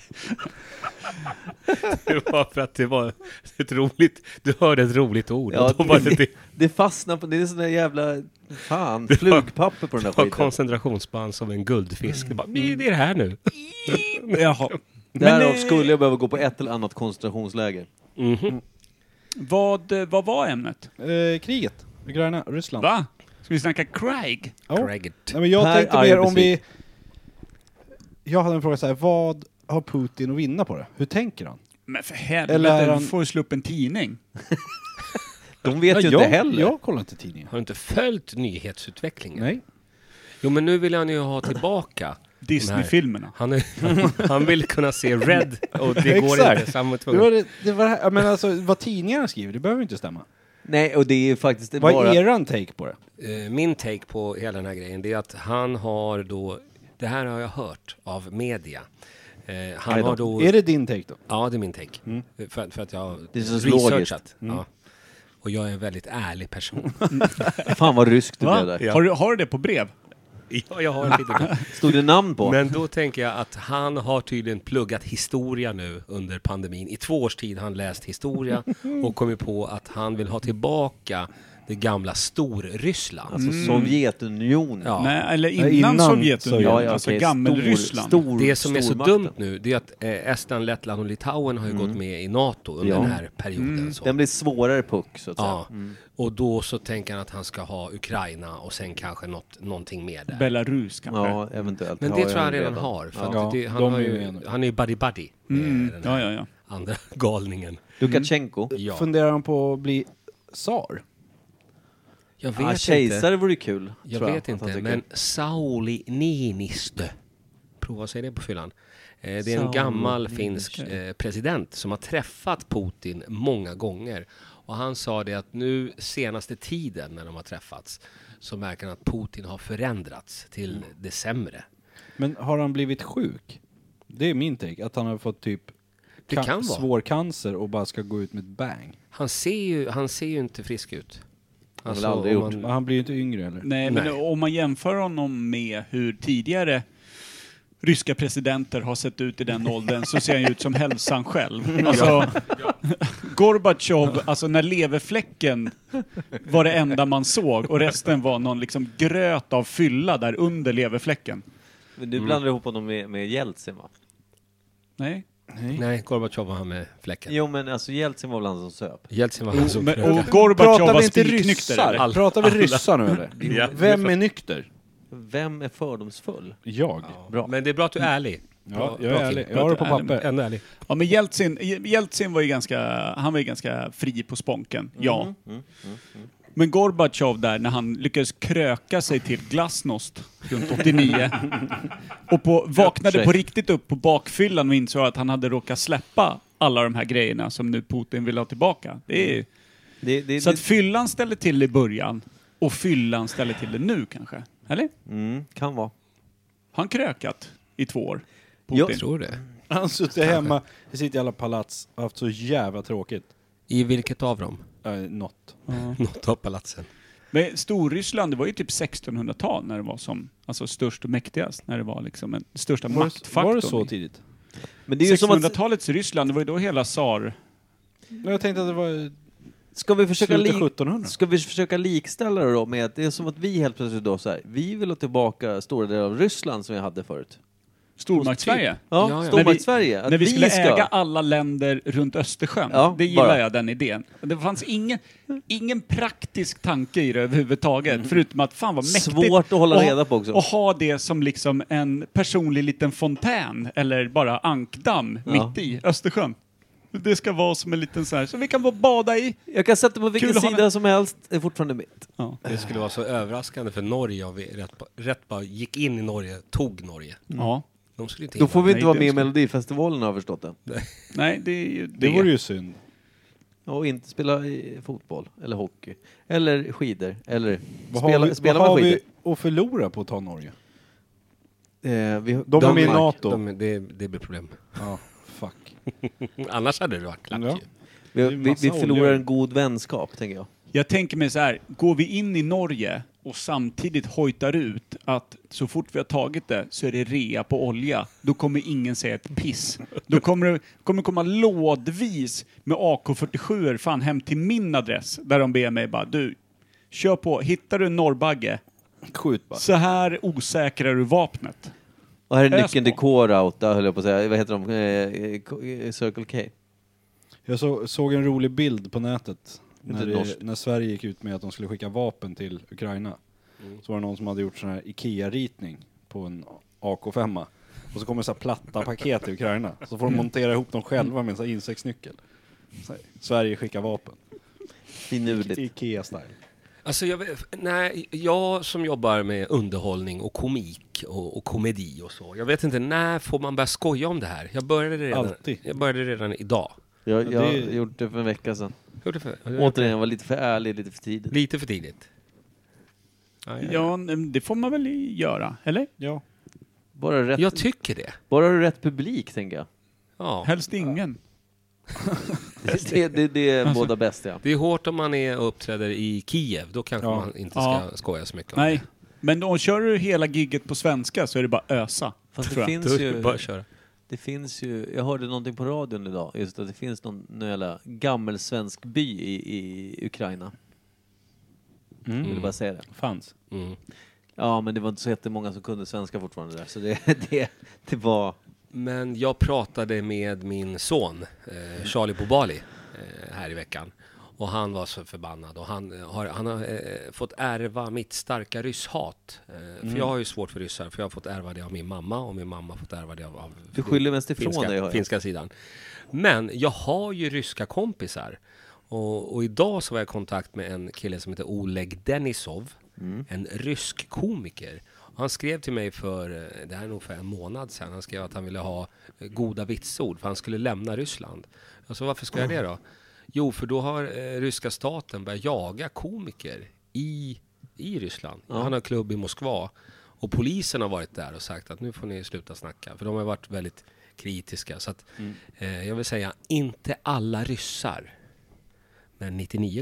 Det var för att det var ett roligt... Du hörde ett roligt ord. Ja, och då var det det fastnar på... Det är sån där jävla... Fan, flugpapper på den där var skiten. koncentrationsband som en guldfisk. Det, bara, det är det här nu. Jaha. Därav skulle jag behöva gå på ett eller annat koncentrationsläger. Vad var ämnet? Kriget. Ukraina, Ryssland. Va? Ska vi snacka Craig? Ja. Craig. Nej, men jag Per tänkte mer om Arbesvik. Jag hade en fråga så här. Vad har Putin att vinna på det? Hur tänker han? Men för Eller är helvete, han- du får ju slå upp en tidning. De vet ju inte heller. Jag kollar inte tidningen. Har du inte följt nyhetsutvecklingen? Nej. Jo, men nu vill han ju ha tillbaka Disney-filmerna. Han vill kunna se Red och det går inte. Det var men alltså, vad tidningarna skriver, det behöver inte stämma. Nej, och det är ju faktiskt Vad bara... är eran take på det? Min take på hela den här grejen, det är att han har då, det här har jag hört av media. Han har då... Är det din take då? Ja, det är min take. För att jag har Det är så researchat. Ja. Och jag är en väldigt ärlig person. Fan vad rysk du blev där. Ja. Har du det på brev? Ja, jag har en liten... Stod det namn på? Men då tänker jag att han har tydligen pluggat historia nu under pandemin. I 2 års tid har han läst historia och kommit på att han vill ha tillbaka det gamla Storryssland. Alltså Sovjetunionen. Ja. Nej, eller innan Sovjetunionen. Alltså okej. Gammelryssland. Det som är så stormakten. dumt nu, det är att Estland, Lettland och Litauen har ju gått med i NATO under den här perioden. Så. Den blir svårare puck, så att säga. Ja, och då så tänker han att han ska ha Ukraina och sen kanske någonting mer där. Belarus kanske. Ja, eventuellt. Men det tror jag han redan har. För att han är ju buddy-buddy med den här andra galningen. Lukasjenko. Ja. Funderar han på att bli tsar? Jag vet Kejsare vore kul. Jag tror vet att han inte, tycker. men Sauli Niinistö. Prova att säga det på fyllan. Det är en gammal finsk president som har träffat Putin många gånger. Och han sa det att nu senaste tiden när de har träffats så märker han att Putin har förändrats till det sämre. Men har han blivit sjuk? Det är min take, att han har fått typ Det kan vara. svår cancer och bara ska gå ut med ett bang. Han ser ju inte frisk ut. har väl aldrig gjort. Men han blir ju inte yngre eller? Nej, men om man jämför honom med hur tidigare ryska presidenter har sett ut i den åldern så ser han ut som hälsan själv. Alltså, Gorbatjov, alltså när leverfläcken var det enda man såg och resten var någon liksom gröt av fylla där under leverfläcken. Men du blandar ihop honom med Jeltsin, va? Nej. Nej, Gorbatjov var han med fläcken. Jo, men alltså Jeltsin var väl han som söp. Jeltsin var han som Men, krökade. och Gorbatjov Pratar var vi inte spiknykter. ryssar? Eller? Pratar vi ryssar nu eller? Ja. Vem är nykter? Vem är fördomsfull? Jag. Bra. Men det är bra att du är ärlig. Ja, jag är ärlig. Jag har det på papper. Ändå ärlig. Ja, men Jeltsin var ju ganska fri på sponken. Ja. Men Gorbatjov där, när han lyckades kröka sig till glasnost runt 89 och vaknade på riktigt upp på bakfyllan och insåg att han hade råkat släppa alla de här grejerna som nu Putin vill ha tillbaka. Det är, så att fyllan ställer till i början och fyllan ställer till det nu kanske. Eller? Kan vara. Han krökat i 2 år. Jag Jag tror det. Han sitter hemma, sitter i alla palats och haft så jävla tråkigt. I vilket av dem? Något. Något av palatsen. Men Storryssland, det var ju typ 1600-tal när det var som störst och mäktigast. När det var liksom den största maktfaktorn. Var det så tidigt? Men det är ju som att... 1600-talets Ryssland, det var ju då hela tsar... Jag tänkte att det var Ska vi försöka, slutet 1700. ska vi försöka likställa det då med att det är som att vi helt plötsligt då så här, vi vill ha tillbaka stora delar av Ryssland som vi hade förut. Stormakt-Sverige. Ja, Stormakt-Sverige. När vi skulle äga alla länder runt Östersjön. Ja, det gillar bara. jag, den idén. Det fanns ingen praktisk tanke i det överhuvudtaget. Förutom att fan vad mäktigt. Svårt att hålla reda på också. Och ha det som liksom en personlig liten fontän. Eller bara ankdamm mitt i Östersjön. Det ska vara som en liten så här, så vi kan bara bada i. Jag kan sätta på vilken Kul att ha sida som helst, det är fortfarande mitt. Ja. Det skulle vara så överraskande för Norge om vi rätt bara gick in i Norge, tog Norge. Ja. De skulle inte Då får vi inte Nej, vara det med i ska- Melodifestivalen, har jag förstått det. Nej, det är ju Det vore ju synd. Och inte spela i fotboll, eller hockey, eller skidor, eller Vad spela har med vi skidor. att förlora på att ta Norge? De De är med i NATO. Det blir problem. Ja, fuck. Annars hade det varit klart Ja. ju. Det är Vi massa förlorar oljor. en god vänskap, tänker jag. Jag tänker mig så här, går vi in i Norge och samtidigt hojtar ut att så fort vi har tagit det så är det rea på olja, då kommer ingen säga ett piss. Då kommer det komma lådvis med AK47 fan hem till min adress där de ber mig bara, du, kör på, hittar du en norrbagge, Skjut bara. så här osäkrar du vapnet. Och här är Ös nyckeln på. till Core-Out, höll jag på att säga. Vad heter de? Circle K. Jag såg en rolig bild på nätet Inte norskt. när Sverige gick ut med att de skulle skicka vapen till Ukraina. Så var det någon som hade gjort sån här Ikea-ritning på en AK5. Och så kommer så här platta paket till Ukraina. Så får de montera ihop dem själva med en sån här insektsnyckel. Så här, Sverige skickar vapen. Finurligt. Ikea-style. Alltså jag som jobbar med underhållning och komik och komedi och så. Jag vet inte, när får man börja skoja om det här? Jag började redan idag. Jag gjorde det för en vecka sedan. Återigen, jag var lite för ärlig, lite för tidigt. Lite för tidigt. Ja, det får man väl göra, eller? Ja. Jag tycker det. Bara du rätt publik, tänker jag. Ja. Helst ingen. Det är båda bäst, ja. Det är hårt om man är och uppträder i Kiev. Då kanske man inte ska skoja så mycket om det. Men om kör du hela gigget på svenska så är det bara ösa. Fast det finns ju... Bara köra. Det finns ju... Jag hörde någonting på radion idag. Just att det finns någon jävla gammelsvensk by i Ukraina. Jag vill bara säga det. Fanns. Ja, men det var inte så jättemånga som kunde svenska fortfarande där. Så det var... Men jag pratade med min son, Charlie på Bali, här i veckan. Och han var så förbannad. Och han har fått ärva mitt starka rysshat. För jag har ju svårt för ryssar. För jag har fått ärva det av min mamma. Och min mamma har fått ärva det av du skyller mest ifrån dig. Finska sidan. Men jag har ju ryska kompisar. Och idag så var jag i kontakt med en kille som heter Oleg Denisov. En rysk komiker. Han skrev till mig det här är nog för en månad sedan. Han skrev att han ville ha goda vitsord. För han skulle lämna Ryssland. Alltså varför ska jag det då? Jo, för då har ryska staten börjat jaga komiker i Ryssland. Ja. Han har klubb i Moskva. Och polisen har varit där och sagt att nu får ni sluta snacka. För de har varit väldigt kritiska. Så att, jag vill säga, inte alla ryssar. Men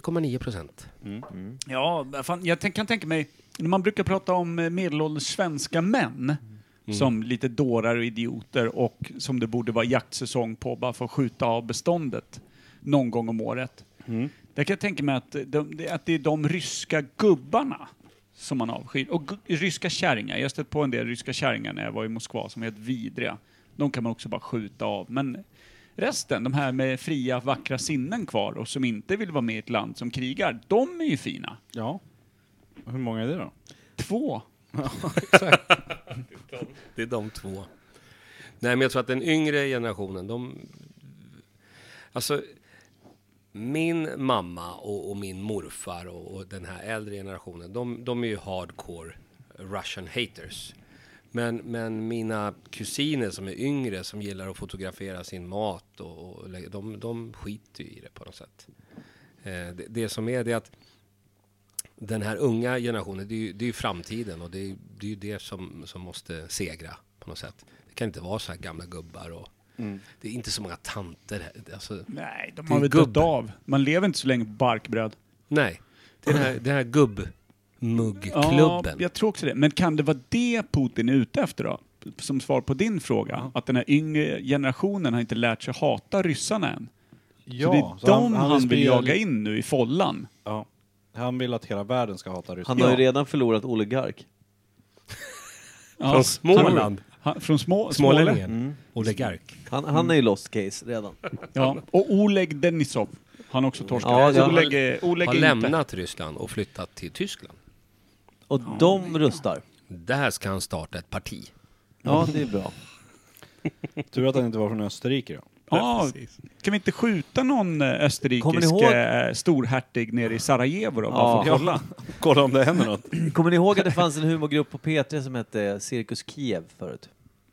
99,9%. Ja, jag kan tänka mig, när man brukar prata om medelålders svenska män som lite dårar och idioter och som det borde vara jaktsäsong på bara för att skjuta av beståndet någon gång om året. Där kan jag tänka mig att det är de ryska gubbarna som man avskyr. Och ryska kärringar. Jag stött på en del ryska kärringar när jag var i Moskva som är helt vidriga. De kan man också bara skjuta av. Men resten, de här med fria, vackra sinnen kvar och som inte vill vara med i ett land som krigar, de är ju fina. Ja. Hur många är det då? 2. Ja, exakt. Det är de 2. Nej, men jag tror att den yngre generationen, alltså min mamma och min morfar och den här äldre generationen, de är ju hardcore Russian haters. Men mina kusiner som är yngre, som gillar att fotografera sin mat, och de skiter ju i det på något sätt. Det som är det att den här unga generationen, det är ju framtiden, och det är ju det som måste segra på något sätt. Det kan inte vara så här gamla gubbar och det är inte så många tanter. Alltså, nej, de har väl dött av. Man lever inte så länge på barkbröd. Nej, det är den här gubbmuggklubben. Ja, jag tror också det. Men kan det vara det Putin är ute efter då? Som svar på din fråga. Att den här yngre generationen har inte lärt sig hata ryssarna än. Ja, så det är han vill jaga in nu i follan. Ja. Han vill att hela världen ska hata Ryssland. Han har ju redan förlorat oligark. Från Småland. Från Smålänningen. Oligark. Han är ju lost case redan. Ja, och Oleg Denisov. Han också torskat. Ja, Oleg har lämnat Ryssland och flyttat till Tyskland. Och de rustar. Där ska han starta ett parti. Ja, det är bra. Tur att han inte var från Österrike då. Ja, kan vi inte skjuta någon österrikisk storhertig nere i Sarajevo då? Bara för att kolla. Kolla om det händer något. Kommer ni ihåg att det fanns en humorgrupp på P3 som hette Cirkus Kiev förut?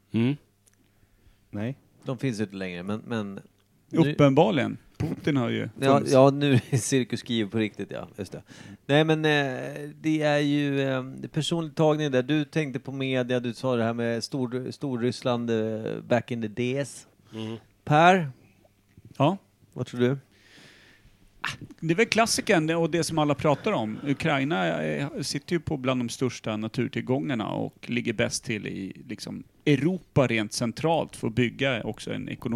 Nej. De finns ju inte längre, men uppenbarligen. Putin har ju ja, nu är Cirkus Kiev på riktigt, ja. Just det. Nej, men det är ju personlig tagning där. Du tänkte på media, du sa det här med Storryssland back in the days. Per? Ja? Vad tror du? Det är väl klassiken och det som alla pratar om. Ukraina sitter ju på bland de största naturtillgångarna och ligger bäst till i liksom Europa rent centralt för att bygga också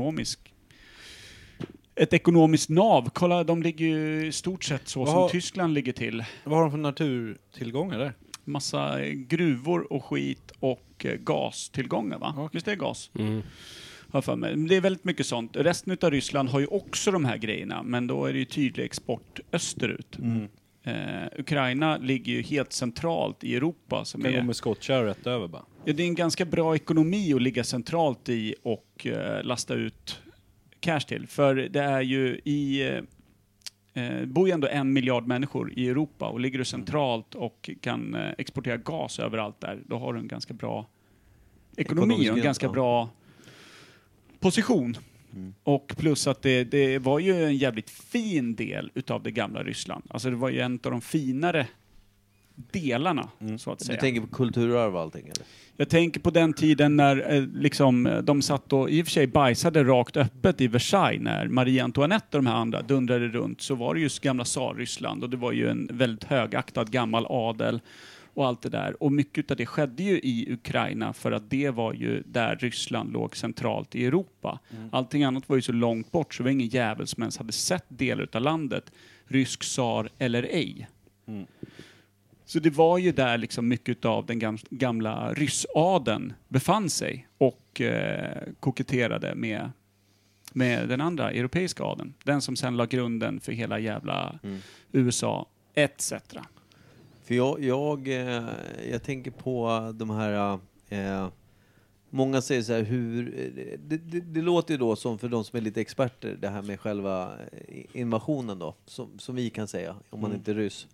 ett ekonomiskt nav. Kolla, de ligger ju i stort sett så som Tyskland ligger till. Vad har de för naturtillgångar där? Massa gruvor och skit och gastillgångar, va? Okay. Visst är det gas? Det är väldigt mycket sånt. Resten av Ryssland har ju också de här grejerna, men då är det ju tydlig export österut. Ukraina ligger ju helt centralt i Europa. Som kan gå med skottkärr rätt över bara. Ja, det är en ganska bra ekonomi att ligga centralt i och lasta ut cash till. För det är ju i bor ju ändå 1 miljard människor i Europa och ligger du centralt och kan exportera gas överallt där, då har du en ganska bra ekonomi och en ganska bra position. Och plus att det var ju en jävligt fin del utav det gamla Ryssland. Alltså det var ju en av de finare delarna, så att säga. Du tänker på kulturarv och allting, eller? Jag tänker på den tiden när liksom, de satt och i och för sig bajsade rakt öppet i Versailles när Marie Antoinette och de här andra dundrade runt, så var det just gamla Tsar-Ryssland och det var ju en väldigt högaktad gammal adel och allt det där. Och mycket av det skedde ju i Ukraina för att det var ju där Ryssland låg centralt i Europa. Allting annat var ju så långt bort så det var ingen jävel som ens hade sett delar av landet, rysk tsar eller ej. Så det var ju där liksom mycket av den gamla ryssadeln befann sig och koketterade med den andra europeiska adeln. Den som sen la grunden för hela jävla USA etc. För jag tänker på de här... många säger så här, det låter ju då som för de som är lite experter, det här med själva invasionen då, som vi kan säga, om man inte är ryss,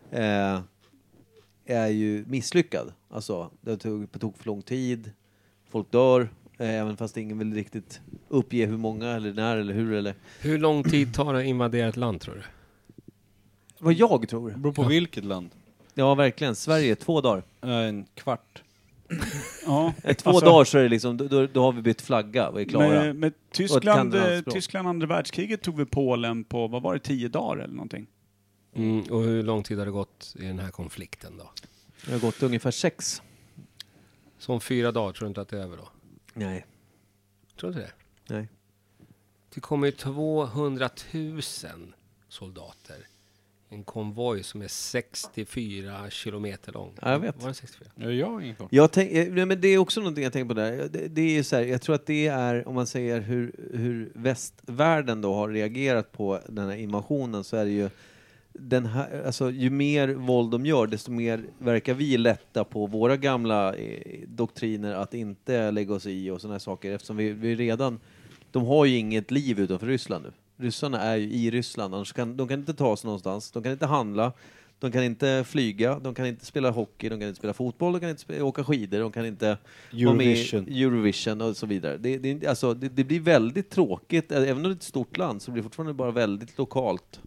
är ju misslyckad. Alltså, det tog för lång tid, folk dör, även fast ingen vill riktigt uppge hur många eller när eller hur eller... Hur lång tid tar det att invadera ett land, tror du? Vad jag tror. Det beror på vilket land. Ja, verkligen. Sverige, 2 dagar. En kvart. Ja, 2 dagar så är det liksom, då har vi bytt flagga och är klara. med Tyskland andra världskriget tog vi Polen på, vad var det, 10 dagar eller någonting? Och hur lång tid har det gått i den här konflikten då? Det har gått ungefär 6. Så om 4 dagar, tror du inte att det är över då? Nej. Tror du inte det? Nej. Det kommer ju 200 000 soldater. En konvoj som är 64 kilometer lång. Ja, jag vet. Var det 64? Ja, jag har ingen koll. Men det är också någonting jag tänker på där. Det är så här, jag tror att det är, om man säger hur västvärlden då har reagerat på den här invasionen, så är det ju den här, alltså ju mer våld de gör, desto mer verkar vi lätta på våra gamla doktriner att inte lägga oss i och såna här saker, eftersom vi redan, de har ju inget liv utanför Ryssland nu. Ryssarna är ju i Ryssland, annars de kan inte ta sig någonstans, de kan inte handla, de kan inte flyga, de kan inte spela hockey, de kan inte spela fotboll, de kan inte åka skidor, de kan inte Eurovision och så vidare. Det blir väldigt tråkigt, även om det är ett stort land så blir det fortfarande bara väldigt lokalt.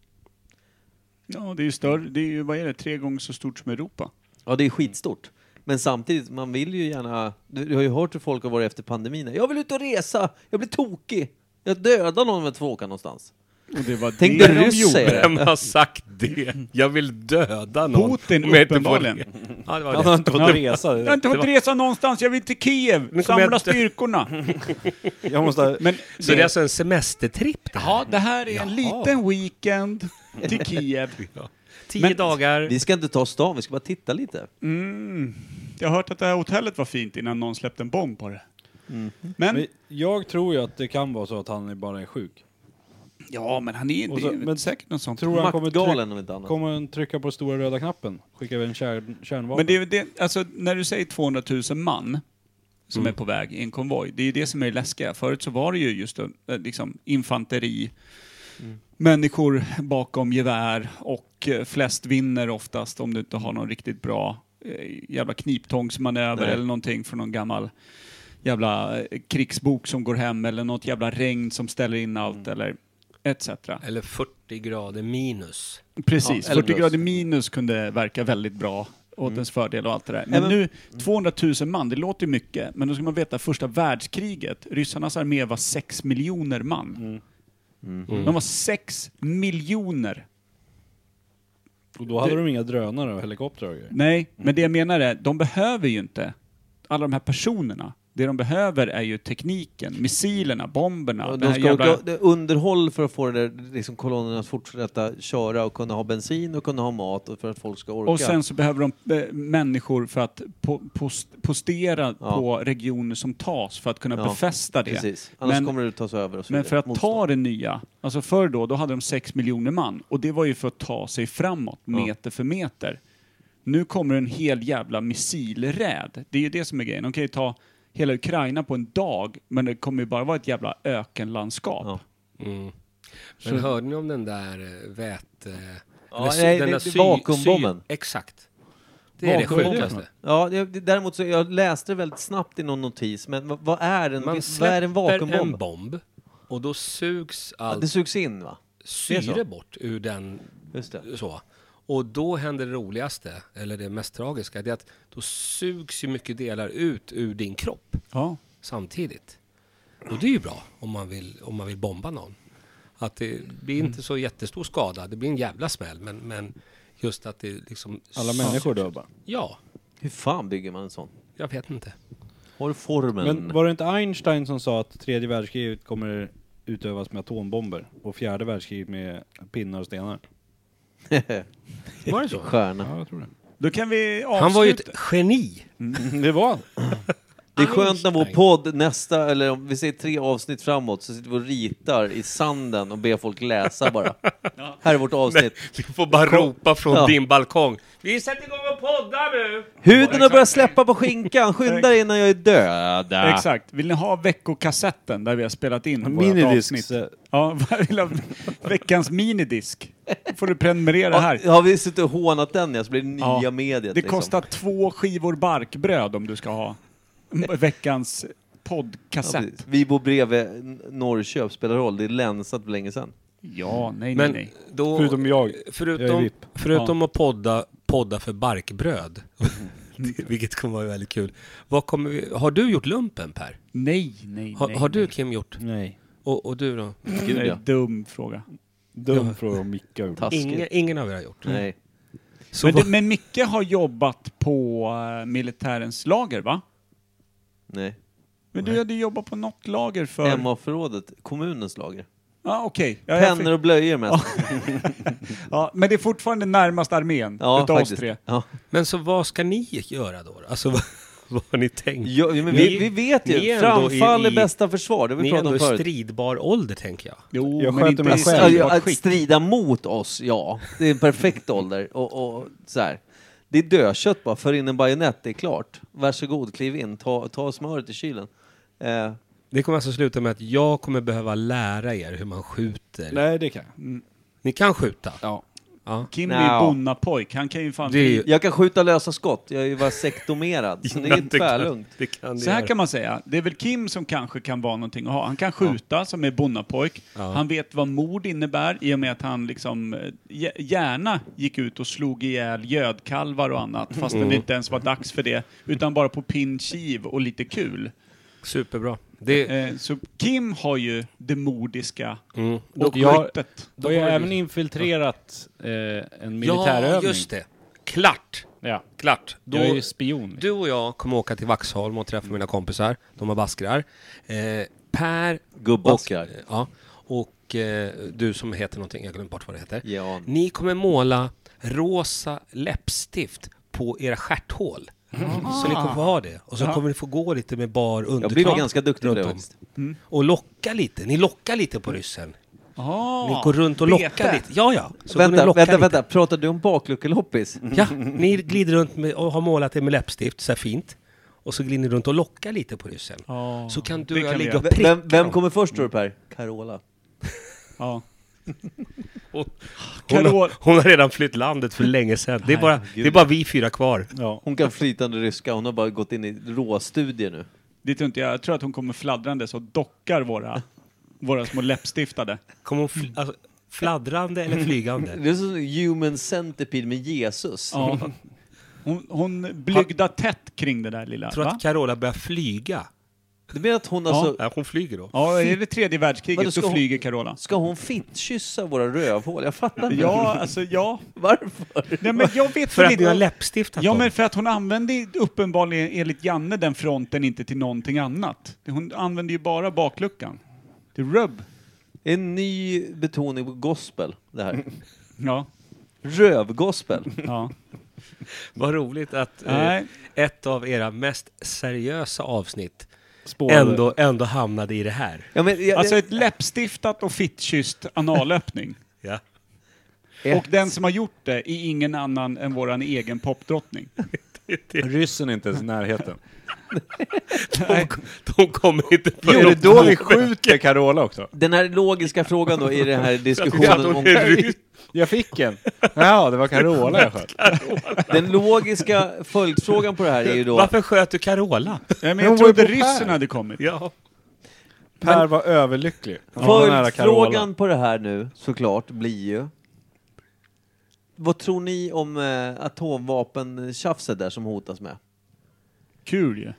Ja, det är ju större, det är ju, vad är det, 3 gånger så stort som Europa. Ja, det är skitstort. Men samtidigt, man vill ju gärna, du har ju hört hur folk har varit efter pandemin. Jag vill ut och resa, jag blir tokig. Jag dödar någon med att få åka någonstans. Och det var Tänk det dig de ryss gjorde. säger det. Vem har sagt det? Jag vill döda någon. Putin uppenbarligen. Ja, det var Han det. har inte fått resa. Jag har inte fått resa någonstans, jag vill till Kiev. Samla styrkorna. Jag måste... Men Så det är alltså en semestertripp det här? ja, det här är en liten weekend till Kiev. 10 dagar. Vi ska inte ta stan, vi ska bara titta lite. Jag har hört att det här hotellet var fint innan någon släppte en bomb på det. Men jag tror ju att det kan vara så att han bara är sjuk. ja, men han är Och så- inte men säkert något sånt. Tror han Maktgalen om inte annat. kommer han trycka på trycka röda knappen? Skicka över en kärnvapen? Men det är det, alltså när du säger 200 000 man som är på väg i en konvoj, det är ju det som är det läskiga. Förut så var det ju just liksom infanteri, människor bakom gevär och flest vinner oftast om du inte har någon riktigt bra jävla kniptångsmanöver eller någonting från någon gammal jävla krigsbok som går hem eller något jävla regn som ställer in allt eller etc. Eller 40 grader minus. Precis, Ja, eller 40 plus. grader minus kunde verka väldigt bra åt ens fördel och allt det där. Men nu, 200 000 man, det låter ju mycket, men då ska man veta första världskriget, ryssarnas armé var 6 miljoner man. De var 6 miljoner. Och då hade de inga drönare och helikoptrar och grejer. Nej, men det jag menar är, de behöver ju inte alla de här personerna. Det de behöver är ju tekniken, missilerna, bomberna. Och den de här ska jävla... åka underhåll för att få det där, liksom kolonnerna att fortsätta köra och kunna ha bensin och kunna ha mat och för att folk ska orka. Och sen så behöver de människor för att postera på regioner som tas för att kunna befästa det. Precis. Annars Men- kommer det att tas över och så Men vidare. för att Motstånd. ta det nya, alltså förr då hade de 6 miljoner man och det var ju för att ta sig framåt meter för meter. Nu kommer en hel jävla missilräd. Det är ju det som är grejen. De kan ju ta hela Ukraina på en dag, men det kommer ju bara vara ett jävla ökenlandskap. Ja. Men hörde ni om den där väte... Ja, vakuumbomben. Exakt. Det är det sjukaste. Ja, däremot så jag läste det väldigt snabbt i någon notis, men vad är en vakuumbomb? En bomb och då sugs allt det sugs in, va? syre bort ur den. Just det. Så. Och då händer det roligaste, eller det mest tragiska, det är att då sugs ju mycket delar ut ur din kropp samtidigt. Och det är ju bra om man vill bomba någon. Att det blir inte så jättestor skada, det blir en jävla smäll, men just att det liksom... Alla människor dör bara. Ja. Hur fan bygger man en sån? Jag vet inte. Har du formen? Men var det inte Einstein som sa att 3:e världskriget kommer utövas med atombomber och 4:e världskriget med pinnar och stenar? Var det så? Stjärna. Ja, jag tror det. Då kan vi avsluta. Han var ju ett geni. Det var Det är skönt när vår podd nästa, eller om vi säger 3 avsnitt framåt, så sitter vi och ritar i sanden och ber folk läsa bara. Här är vårt avsnitt. Vi får bara ropa från din balkong. Vi sätter igång och poddar nu! Huden har börjat släppa på skinkan. Skynda dig innan jag är död. Exakt. Vill ni ha veckokassetten där vi har spelat in minidisk. avsnitt? Ja, vill ha veckans minidisk. Får du prenumerera här. Har vi suttit och hånat den, så blir det nya mediet. Det kostar 2 skivor barkbröd om du ska ha veckans poddkassett. Ja, vi bor bredvid Norrköp, spelar roll. Det är länsat för länge sedan. Ja, nej. Då, förutom jag. Förutom att podda för barkbröd. Vilket kommer vara väldigt kul. Har du gjort lumpen, Per? Nej. Har du, Kim, gjort? Nej. Och du då? Gud, ja. Dum fråga. Dum fråga om Micke har gjort. Ingen av er har gjort. Nej. Men Micke har jobbat på militärens lager, va? Nej. Men du hade jobbat på något lager för... MA-förrådet, kommunens lager. Ja, okej. Pennor och blöjor mest. Ja, men det är fortfarande närmast armén utav faktiskt. oss 3. Ja. Men så vad ska ni göra då? Alltså vad har ni tänkt? Ja, men vi vet ju. Framfall är bästa försvar. Det vi ni är pratat ändå om i förut. stridbar ålder, tänker jag. Jo, jag men sköter inte mig i själv. stridbart Att skick. strida mot oss, ja. Det är en perfekt ålder. Och så här. Det är dödkött bara. För in en bajonett, det är klart. Varsågod, kliv in. Ta smöret i kylen. Det kommer alltså sluta med att jag kommer behöva lära er hur man skjuter. Nej, det kan jag. Ni kan skjuta? Ja. Kim är ju bonnapojk. Han kan ju fan... Jag kan skjuta lösa skott. Jag är ju bara sektomerad. Så det är tvärlugnt. Så här kan man säga. Det är väl Kim som kanske kan vara någonting att ha. Han kan skjuta som är bonnapojk. Ja. Han vet vad mord innebär i och med att han liksom gärna gick ut och slog ihjäl gödkalvar och annat. Fast det inte ens var dags för det. Utan bara på pinkiv och lite kul. Superbra. Så Kim har ju det mordiska och skyttet. Då har jag även infiltrerat en militärövning. Ja, just det. Klart. Ja. Klart. Då, jag är ju spion. Du och jag kommer åka till Vaxholm och träffa mina kompisar. De har baskrar. Per... Gubbaskrar. Och du som heter någonting, jag glömde bort vad det heter. Ja. Ni kommer måla rosa läppstift på era stjärthål. Så ni kommer få ha det. Och så kommer ni få gå lite med bar underkant. Jag blir ganska duktig på det faktiskt. Och locka lite. Ni lockar lite på ryssen. Ni går runt och lockar lite. Ja. Så vänta. Pratar du om bakluckeloppis? Ja, ni glider runt och har målat det med läppstift så här fint. Och så glider ni runt och lockar lite på ryssen. Så kan du och jag ligga och pricka. Vem kommer först då, Per? Carola. Ja. Hon har redan flytt landet för länge sedan. Det är bara vi 4 kvar. Ja. Hon kan flytande ryska. Hon har bara gått in i råstudier nu. Det tror inte jag. Jag tror att hon kommer fladdrande så dockar våra små läppstiftade. Kommer hon fladdrande eller flygande? Det är som human centipede med Jesus. Ja. Hon blygdar tätt kring det där lilla. Jag tror att Carola börjar flyga. Det menar att hon hon flyger då. Ja, är det 3:e världskriget så flyger Carola. Ska hon fittkyssa våra rövhål? Jag fattar inte. Ja, alltså ja. Varför? Nej, men jag vet för att ni har läppstiftat dem. Men för att hon använde uppenbarligen enligt Janne den fronten inte till någonting annat. Hon använde ju bara bakluckan. Det är rubb. En ny betoning på gospel, det här. Ja. Rövgospel. Ja. Vad roligt att ett av era mest seriösa avsnitt ändå hamnade i det här. Ja, men alltså ett läppstiftat och fittkysst analöppning. Ja. Och den som har gjort det är ingen annan än våran egen popdrottning. Ryssen är inte ens i närheten. De kommer inte på Är det då vi skjuter Carola också? Den här logiska frågan då i den här diskussionen om... Jag fick en. Ja, det var Carola jag sköt. Den logiska följdfrågan på det här är ju då... Varför sköt du Carola? Men jag trodde ryssen hade kommit. Ja. Per var överlycklig. Han var nära Carola. Följdfrågan på det här nu såklart blir ju... Vad tror ni om atomvapen-tjafset där som hotas med? Kul ju.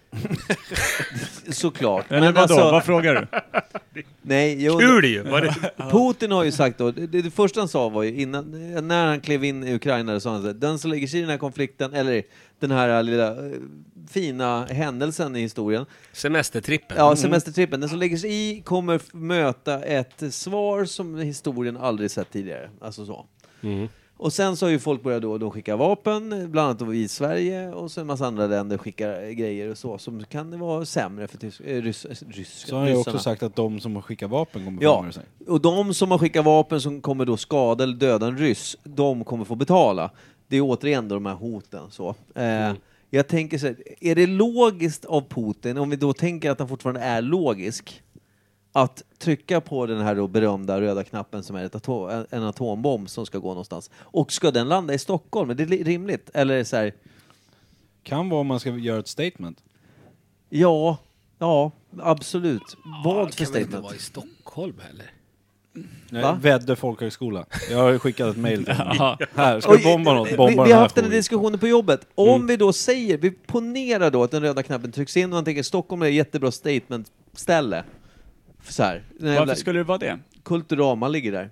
Såklart. Eller vadå? Vad frågar du? Nej, Kul ju! Putin har ju sagt då, det första han sa var ju innan, när han klev in i Ukraina, så han sa, den som lägger sig i den här konflikten, eller den här lilla fina händelsen i historien. Semestertrippen. Ja, semestertrippen. Den som lägger sig i kommer möta ett svar som historien aldrig sett tidigare. Alltså så. Mm. Och sen så har ju folk börjat då skicka vapen, bland annat i Sverige, och så en massa andra länder skickar grejer och så, som kan det vara sämre för ryssarna. Så har jag också sagt att de som har skickat vapen kommer få ångra sig. Och de som har skickat vapen som kommer då skada eller döda en ryss, de kommer få betala. Det är återigen då de här hoten. Så. Jag tänker så här, är det logiskt av Putin, om vi då tänker att han fortfarande är logisk, att trycka på den här då berömda röda knappen som är en atombomb som ska gå någonstans. Och ska den landa i Stockholm? Är det rimligt? Eller så här... Kan vara om man ska göra ett statement. Ja, absolut. Vad för kan väl inte statement? vara i Stockholm heller? Nej, Väddö folkhögskola. Jag har skickat ett mejl till här, ska vi bomba något? Vi har haft den här diskussionen på jobbet. Om vi då säger, vi ponerar då att den röda knappen trycks in och man tänker Stockholm är ett jättebra statement-ställe. Så här, varför skulle det vara det? Kulturama ligger där.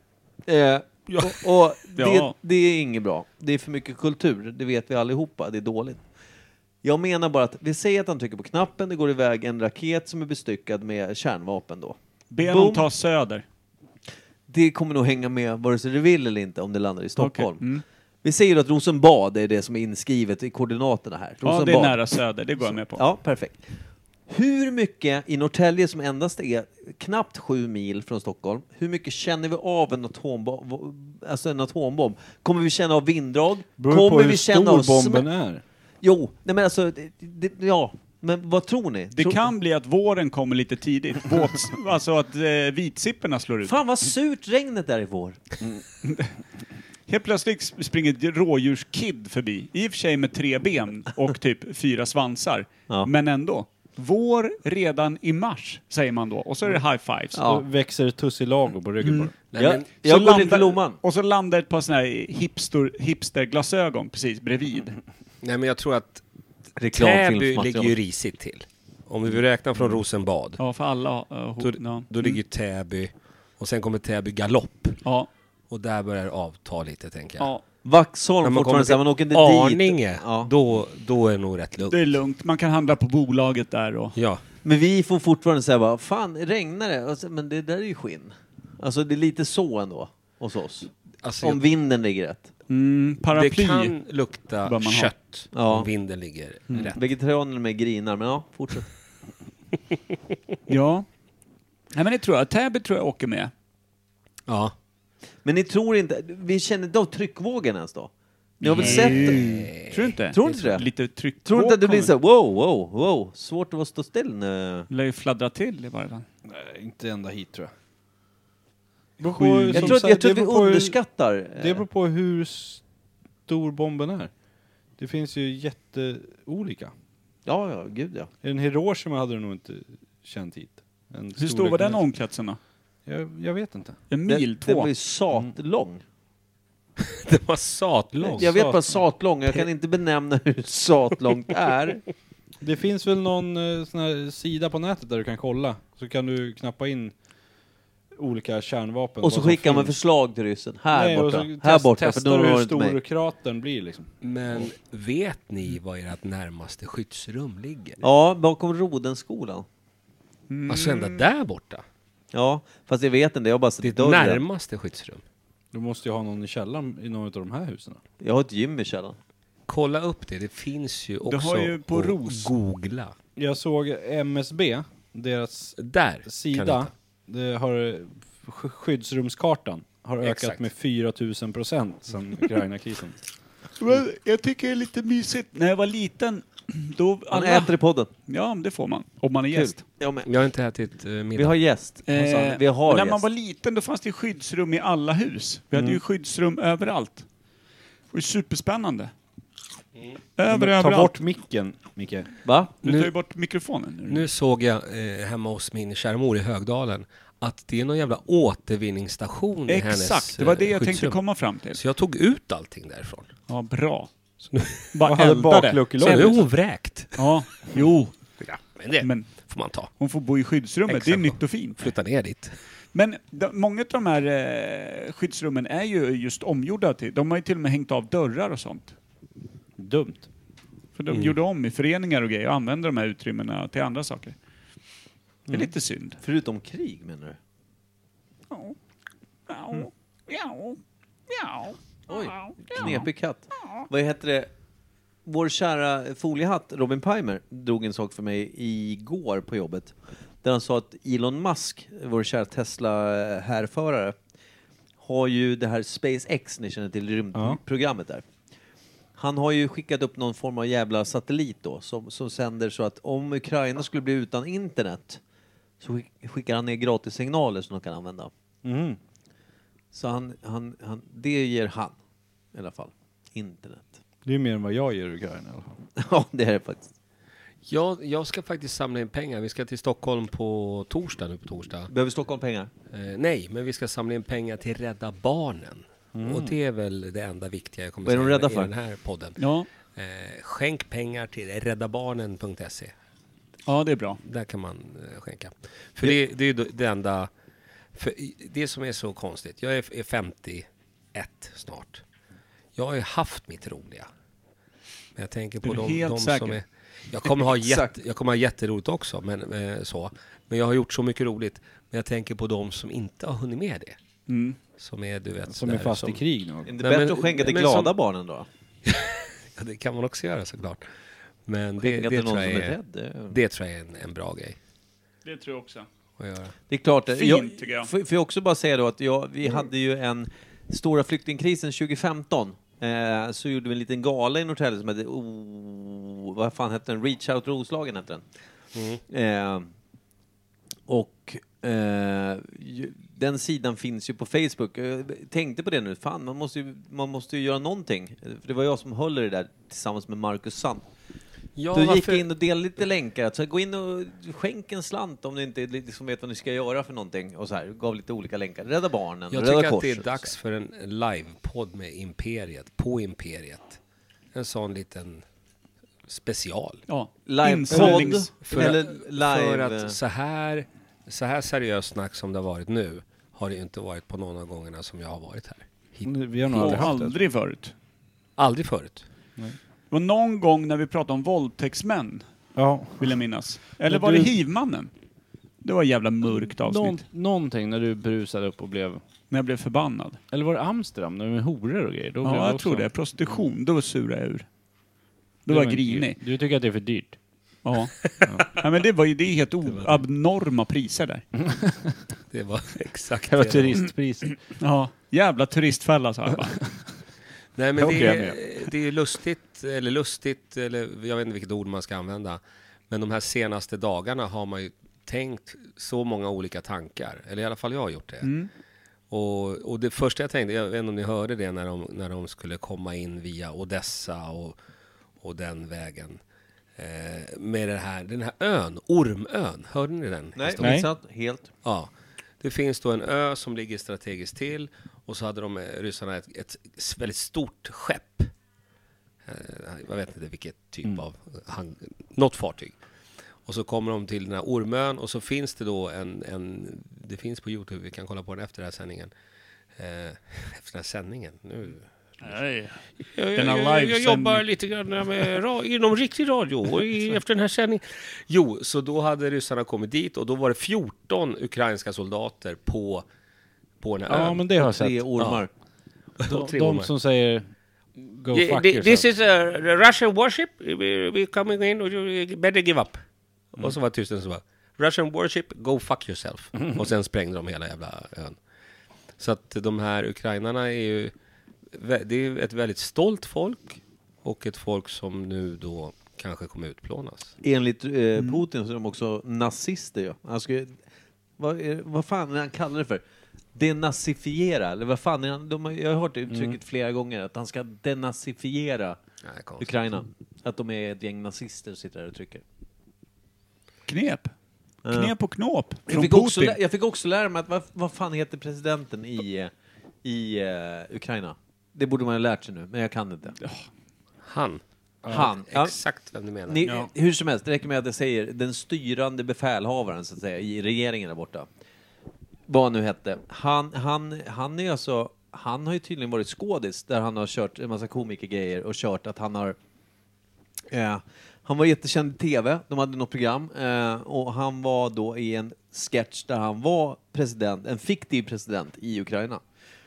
Och det är inget bra. Det är för mycket kultur, det vet vi allihopa, det är dåligt. Jag menar bara att vi säger att han trycker på knappen, det går iväg en raket som är bestyckad med kärnvapen då. Be honom ta söder. Det kommer nog hänga med vare sig det vill eller inte om det landar i Stockholm. Okay. Vi säger att Rosenbad är det som är inskrivet i koordinaterna här. Rosenbad. Ja, det är nära söder, det går jag med på. Ja, perfekt. Hur mycket i Norrtälje, som endast är knappt 7 mil från Stockholm, hur mycket känner vi av en atombomb? Kommer vi känna av vinddrag? Beror på hur stor bomben är. Jo, nej men alltså, men vad tror ni? Det kan bli att våren kommer lite tidigt. Alltså att vitsipporna slår ut. Fan vad surt regnet är i vår. Helt plötsligt springer ett rådjurskid förbi. I och för sig med 3 ben och typ 4 svansar. Ja. Men ändå. Vår redan i mars, säger man då. Och så är det high fives. Ja. Då växer tussilago på ryggen bara. Jag går till Lomman. Och så landar ett par såna här hipsterglasögon precis bredvid. Nej, men jag tror att Täby ligger ju risigt till. Om vi vill räkna från Rosenbad. Ja, för alla. Då ligger Täby. Och sen kommer Täby galopp. Ja. Och där börjar avta lite, tänker jag. Ja. Vaxholm fortfarande så man åker inte Arninge, dit. Ja. Då är det nog rätt lugnt. Det är lugnt. Man kan handla på bolaget där. Och... Ja. Men vi får fortfarande säga bara, fan, regnar det? Alltså, men det där är ju skinn. Alltså det är lite så ändå hos oss. Alltså, om vinden ligger rätt. Paraply. Det kan lukta kött om vinden ligger rätt. Vegetarianer med grinar, men ja, fortsätt. Ja. Nej, men det tror jag. Täby tror jag åker med. Ja. Men ni tror inte, vi känner inte av tryckvågen ens då? Ni har väl sett det? Tror du inte? Tror inte det? Lite tryckvåg. Tror inte att det blir så wow, svårt att stå still nu. Lär ju fladdra till i varje fall. Nej, inte ända hit tror jag. Jag tror att vi underskattar. Det beror på hur stor bomben är. Det finns ju jätteolika. Ja, gud ja. En Hiroshima hade du nog inte känt hit. Hur stor var den omkretsen då? Jag vet inte. En mil, 2. Det var ju satlång. Det var satlång. Jag vet bara satlång. Jag kan inte benämna hur satlångt är. Det finns väl någon sån här sida på nätet där du kan kolla. Så kan du knappa in olika kärnvapen. Och så skickar man förslag till ryssen. Här borta. Testar du hur stor kratern blir liksom. Men vet ni var ert närmaste skyddsrum ligger? Ja, bakom Rodenskolan. Alltså ända där borta? Ja, fast jag vet inte. Jag har bara sett dörren. Det närmaste skyddsrum. Du måste ju ha någon i källaren i någon av de här husen. Jag har ett gym i källaren. Kolla upp det. Det finns ju också har ju på googla. Jag såg MSB, deras sida. Det har skyddsrumskartan har ökat med 4000% sedan Ukraina-krisen. Jag tycker det är lite mysigt. När jag var liten, då Man äter i podden. Ja, det får man. Om man är gäst. Jag har inte ätit middag. Vi har gäst. Vi har när gäst. man var liten, då fanns det skyddsrum i alla hus. Vi hade ju skyddsrum överallt. Det var ju superspännande. Överallt. Ta bort micken, Micke. Va? Du tar ju bort mikrofonen. Nu såg jag hemma hos min kära mor i Högdalen att det är någon jävla återvinningsstation i hennes Exakt, det var det jag tänkte skyddsrum. komma fram till. Så jag tog ut allting därifrån. Ja, bra. Vad Bara hade eldade. Så nu är bakluckeloppet? hon vräkt. Ja, jo. Ja, men det Men får man ta. hon får bo i skyddsrummet. Exakt. Det är nytt och fint. Flytta ner dit. Men många av de här skyddsrummen är ju just omgjorda till. De har ju till och med hängt av dörrar och sånt. Dumt. För de gjorde om i föreningar och grejer och använde de här utrymmena till andra saker. Det är lite synd. Förutom krig menar du? Oj, knepig katt. Vad heter det? Vår kära foliehatt Robin Pimer drog en sak för mig igår på jobbet. Där han sa att Elon Musk, vår kära Tesla-härförare, har ju det här SpaceX, ni känner till rymdprogrammet där. Han har ju skickat upp någon form av jävla satellit då som sänder så att om Ukraina skulle bli utan internet så skickar han ner gratis signaler som de kan använda. Så det ger han i alla fall. Internet. Det är mer än vad jag gör i Ukraina i alla fall. Ja, det är det faktiskt. Jag ska faktiskt samla in pengar. Vi ska till Stockholm på torsdag nu på torsdag. Behöver Stockholm pengar? Nej, men vi ska samla in pengar till Rädda Barnen. Och det är väl det enda viktiga jag kommer Vad är de rädda för? i den här podden. Ja, Skänk pengar till räddabarnen.se. ja det är bra. Där kan man skänka. För det är ju det enda... För det som är så konstigt. Jag är 51 snart. Jag har ju haft mitt roliga. Men jag tänker på de som är... Jag kommer ha jätteroligt också, men så. Men jag har gjort så mycket roligt. Men jag tänker på de som inte har hunnit med det. Som är, du vet... Som är fast i krig nu. Är det bättre att skänka till glada barnen då? Ja, det kan man också göra såklart. Men Skänka det till tror någon jag som är är, rädd. det tror jag är en bra grej Det tror jag också. att göra. Det är klart. Fint, tycker jag. Får jag också bara säga då att vi hade ju en stora flyktingkrisen 2015. Så gjorde vi en liten gala i Norrtälje som hette vad fan hette den? Reach Out Roslagen hette den. Den sidan finns ju på Facebook. Jag tänkte på det nu. Fan, man måste ju göra någonting. För det var jag som höll det där tillsammans med Marcus Sand. Ja, Då gick jag in och delade lite länkar. Så gå in och skänk en slant om ni inte liksom vet vad ni ska göra för någonting. Och så här, gav lite olika länkar. Rädda Barnen, Jag Rädda tycker att Kors, det är dags för en livepodd med Imperiet, på Imperiet. En sån liten special. Ja. Livepodd eller För live... att så här seriöst snack som det har varit nu har det ju inte varit på någon av gångerna som jag har varit här. Vi har nog aldrig haft det. Aldrig förut. Aldrig förut. Det var någon gång när vi pratade om våldtäktsmän, Ja. vill jag minnas. Eller Men var du- det hivmannen? Det var ett jävla mörkt avsnitt. Någonting när du brusade upp och blev... När jag blev förbannad. Eller var det Amsterdam, när det var horor och grejer? Då blev Ja, jag också- tror det. Prostitution, då surade jag ur. Då var jag grinig. Du tycker att det är för dyrt? Ja. Ja, men det är helt abnorma priser där. Det var exakt Det var det. turistpris. Ja. Jävla turistfälla, sa jag bara. Nej, men Jag åker det är lustigt, eller jag vet inte vilket ord man ska använda. Men de här senaste dagarna har man ju tänkt så många olika tankar. Eller i alla fall jag har gjort det. Och det första jag tänkte, jag vet inte om ni hörde det när de skulle komma in via Odessa och den vägen. Med den här ön, Ormön. Hörde ni den? Nej, historien? missat. Helt. Ja. Det finns då en ö som ligger strategiskt till och så hade ryssarna ett väldigt stort skepp. Jag vet inte vilket typ av något fartyg. Och så kommer de till den här Ormön och så finns det då det finns på YouTube, vi kan kolla på den efter den här sändningen. Efter den här sändningen. Nu. Nej. Jag jobbar lite grann inom riktig radio efter den här sändningen. Jo, så då hade ryssarna kommit dit och då var det 14 ukrainska soldater på den här ön. Ja, men det har jag 3 sett. ormar. De som säger go fuck This yourself. is a Russian warship. We coming in. You better give up. Och så var tysten så bara Russian warship, go fuck yourself. Och sen sprängde de hela jävla ön. Så att de här ukrainarna är ju det är ett väldigt stolt folk och ett folk som nu då kanske kommer utplånas. Enligt Putin så är de också nazister ju. Han ska, vad fan är han kallar det för? Denazifiera, eller vad fan är han? Jag har hört det uttrycket flera gånger, att han ska denazifiera Ukraina. Att de är ett gäng nazister och sitter där och trycker. Knep och knåp. Jag fick också lära mig att vad fan heter presidenten i Ukraina? Det borde man ha lärt sig nu, men jag kan inte. Han. Ja. Exakt vem du menar. Hur som helst, det räcker med att jag säger den styrande befälhavaren så att säga i regeringen där borta. Vad nu hette. Han är alltså, han har ju tydligen varit skådis där han har kört en massa komikergrejer och kört att han har han var jättekänd i TV, de hade något program och han var då i en sketch där han var president, en fiktiv president i Ukraina.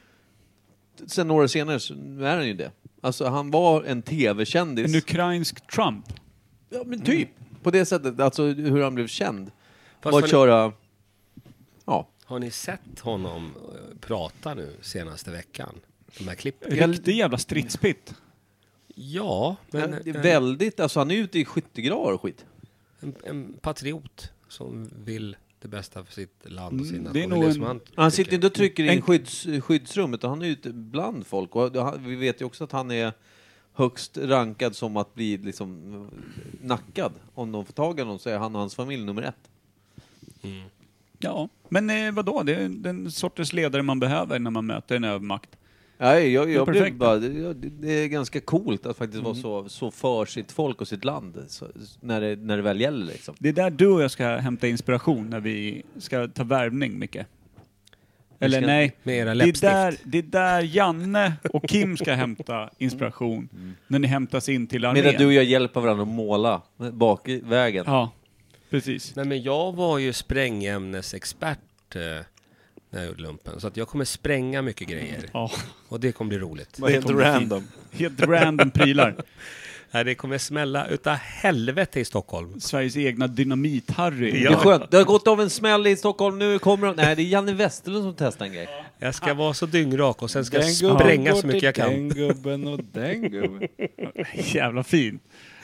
Sen några år senare så är han ju det. Alltså han var en TV-kändis. En ukrainsk Trump. Ja men typ. På det sättet, alltså hur han blev känd. Fast var att köra... Ja. Har ni sett honom prata nu senaste veckan? De här klippen. Riktig jävla stridspitt. Ja, men väldigt, alltså han är ute i skyttegravar och skit. En patriot som vill det bästa för sitt land och sin nation. Det är nog han sitter inte och trycker i skyddsrummet och han är ute bland folk. Och vi vet ju också att han är högst rankad som att bli liksom nackad. Om de får tag i honom så är han och hans familj nummer 1. Mm. Ja, men vadå? Det är den sortens ledare man behöver när man möter en övermakt. Nej, jag blev bara, det är ganska coolt att faktiskt vara så för sitt folk och sitt land när det väl gäller liksom. Det är där du och jag ska hämta inspiration när vi ska ta värvning, Micke. Eller nej, med era det är där Janne och Kim ska hämta inspiration när ni hämtas in till armén. Medan du och jag hjälper varandra att måla bak i vägen. Ja, precis. Nej, men jag var ju sprängämnesexpert när jag gjorde lumpen. Så att jag kommer spränga mycket grejer. Ja. Och det kommer bli roligt. Var helt random. Helt random prylar. Nej, det kommer smälla utav helvete i Stockholm. Sveriges egna dynamit-Harry. Det är skönt. Det har gått av en smäll i Stockholm. Nu kommer de... Nej, det är Janne Westerlund som testar en grej. Jag ska vara så dyngrak och sen ska jag spränga så mycket jag kan. Den gubben och den gubben. Jävla fin.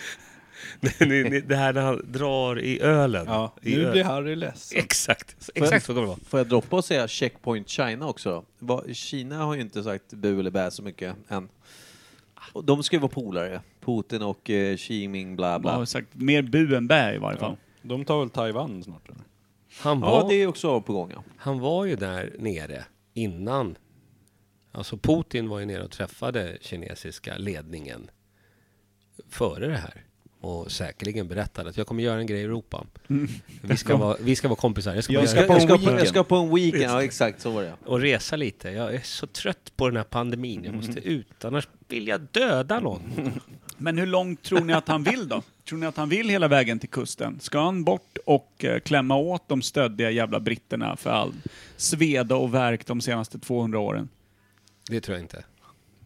Det här när han drar i ölen. Ja, nu blir Harry ledsen. Exakt så kommer det vara. Får jag droppa och säga Checkpoint China också då? Kina har ju inte sagt bu eller bä så mycket än. Och de ska ju vara polare. Putin och Xi Jinping bla bla. Jag har sagt mer bu än bä i varje fall. Ja, de tar väl Taiwan snart eller? Ja, det är också på gång. Ja. Han var ju där nere innan. Alltså Putin var ju nere och träffade kinesiska ledningen före det här. Och säkerligen berättade att jag kommer göra en grej i Europa. Vi ska vara kompisar. Jag ska på en weekend. Ja, exakt så var det. Och resa lite. Jag är så trött på den här pandemin. Jag måste ut. Annars vill jag döda någon. Men hur långt tror ni att han vill då? Tror ni att han vill hela vägen till kusten? Ska han bort och klämma åt de stöddiga jävla britterna för all sveda och verk de senaste 200 åren? Det tror jag inte.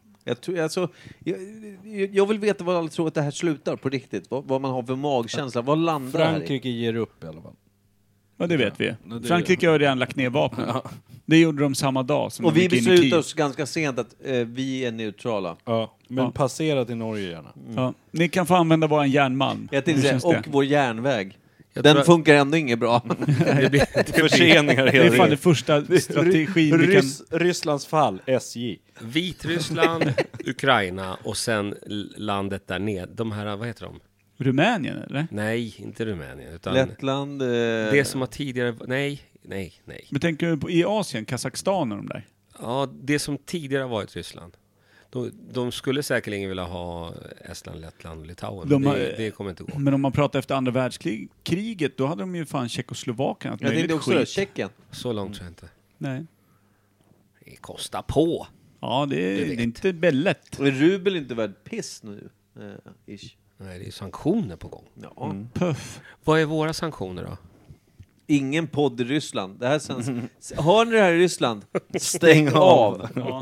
Jag vill veta vad alla tror att det här slutar på riktigt. Vad man har för magkänsla. Vad landar Frankrike ger upp i alla fall. Ja, det vet vi. Frankrike har redan lagt ner vapnen. Ja. Det gjorde de samma dag som och vi beslutade oss ganska sent att vi är neutrala. Ja, men passera till Norge gärna. Ja. Ni kan få använda våran järnmalm. Och vår järnväg. Den funkar ändå inget bra. Det blir förseningar hela tiden. Det är fan det första strategin. Rysslands fall, SJ. Vitryssland, Ukraina och sen landet där nere. De här, vad heter de? Rumänien eller? Nej, inte Rumänien. Utan Lettland. Det som har tidigare... Nej. Men tänker du på i Asien, Kazakstan och de där? Ja, det som tidigare har varit Ryssland. De skulle säkerligen vilja ha Estland, Lettland och Litauen. Det kommer inte gå. Men om man pratar efter andra världskriget, då hade de ju fan Tjeckoslovakien. Jag tänkte också Tjeckien. Så långt tror jag inte. Nej. Det kostar på. Ja, det är inte lätt. Och rubel är inte värd piss nu. Ish. Nej, det är sanktioner på gång. Ja. Puff. Vad är våra sanktioner då? Ingen podd i Ryssland. Det här sänds. Hör ni det här i Ryssland? Stäng av. Ja.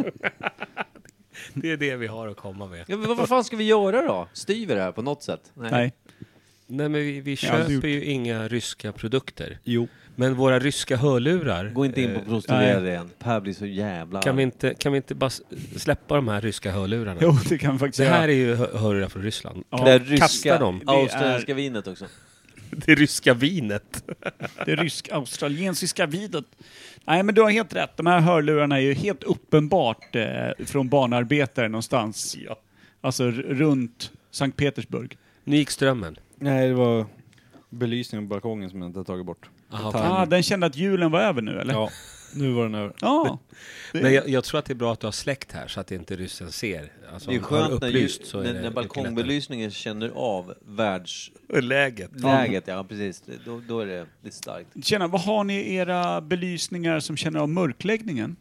Det är det vi har att komma med. Ja, men vad fan ska vi göra då? Styr vi det här på något sätt? Nej. Nej, men vi köper ju inga ryska produkter. Jo. Men våra ryska hörlurar... Gå inte in på prostituerade igen. Per blir så jävla... Kan vi inte bara släppa de här ryska hörlurarna? Jo, det kan vi faktiskt Det göra. här är ju hörlurar från Ryssland. Ja, det kasta ryska, dem. australienska vinet också. Det ryska vinet. Det rysk-australiensiska vinet. Nej, men du har helt rätt. De här hörlurarna är ju helt uppenbart från barnarbetare någonstans. Ja. Alltså runt Sankt Petersburg. Nu gick strömmen. Nej, det var belysningen på balkongen som jag inte har tagit bort. Ah, den kände att julen var över nu, eller? Ja, nu var den över. Ja. Men jag tror att det är bra att du har släckt här så att inte ryssen ser. Alltså, Det är skönt när när balkongbelysningen känner av läget. världsläget. Ja, precis. Då är det lite starkt. Tjena, vad har ni i era belysningar som känner av mörkläggningen?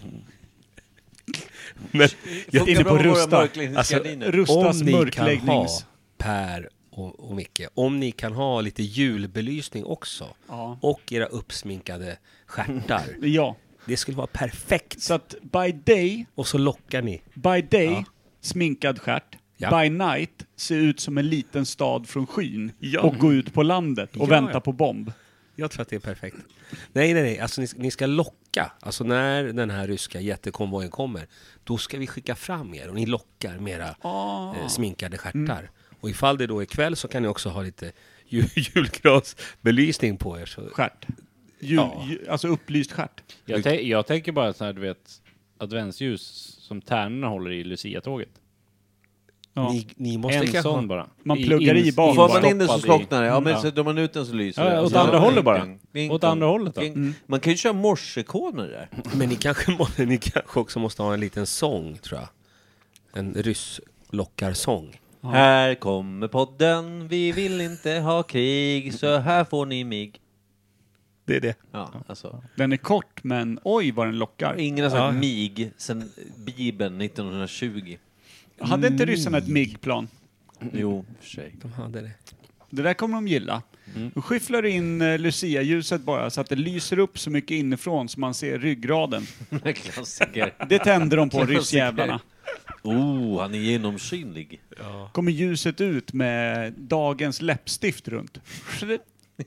Men Jag är inne på Rusta. Alltså, Rustas om ni kan ha, mörkläggnings... Per och Micke, om ni kan ha lite julbelysning också Ja. och era uppsminkade stjärtar. Ja. Det skulle vara perfekt. Så att och så lockar ni. by day, Ja. sminkad stjärt. Ja. By night, se ut som en liten stad från skyn. Ja. Och gå ut på landet och Ja, vänta ja. på bomb. Jag tror att det är perfekt. Nej. Alltså ni ska locka. Alltså när den här ryska jättekonvojen kommer, då ska vi skicka fram er och ni lockar med era sminkade stjärtar. Och ifall det då är kväll så kan ni också ha lite julgransbelysning på er. Så. Stjärt. Alltså upplyst stjärt. Jag tänker bara så här, du vet, adventsljus som tärnorna håller i Lucia-tåget. Ja. Ni måste En kanske sån bara. Man pluggar i bak. Får man in den så Instoppad slocknar det. Ja, men så drar man ut den så lyser det. Ja, åt Och så- andra hållet bara. Ding, Åt andra hållet då. ding. Man kan ju köra morsekod med det där. Men ni kanske också måste ha en liten sång, tror jag. En rysslockarsång. Ja. Här kommer podden, vi vill inte ha krig, så här får ni mig. Det är det. Ja, alltså. Den är kort, men oj vad den lockar. Ingen har sagt mig sedan Bibeln 1920. Hade inte ryssarna ett MIG-plan? Jo, för sig. De hade det. Det där kommer de gilla. Då skyfflar du in Lucia-ljuset bara så att det lyser upp så mycket inifrån så man ser ryggraden. Klassiker. Det tänder de på, ryssjävlarna. Han är genomsynlig. Kommer ljuset ut med dagens läppstift runt. Shrit.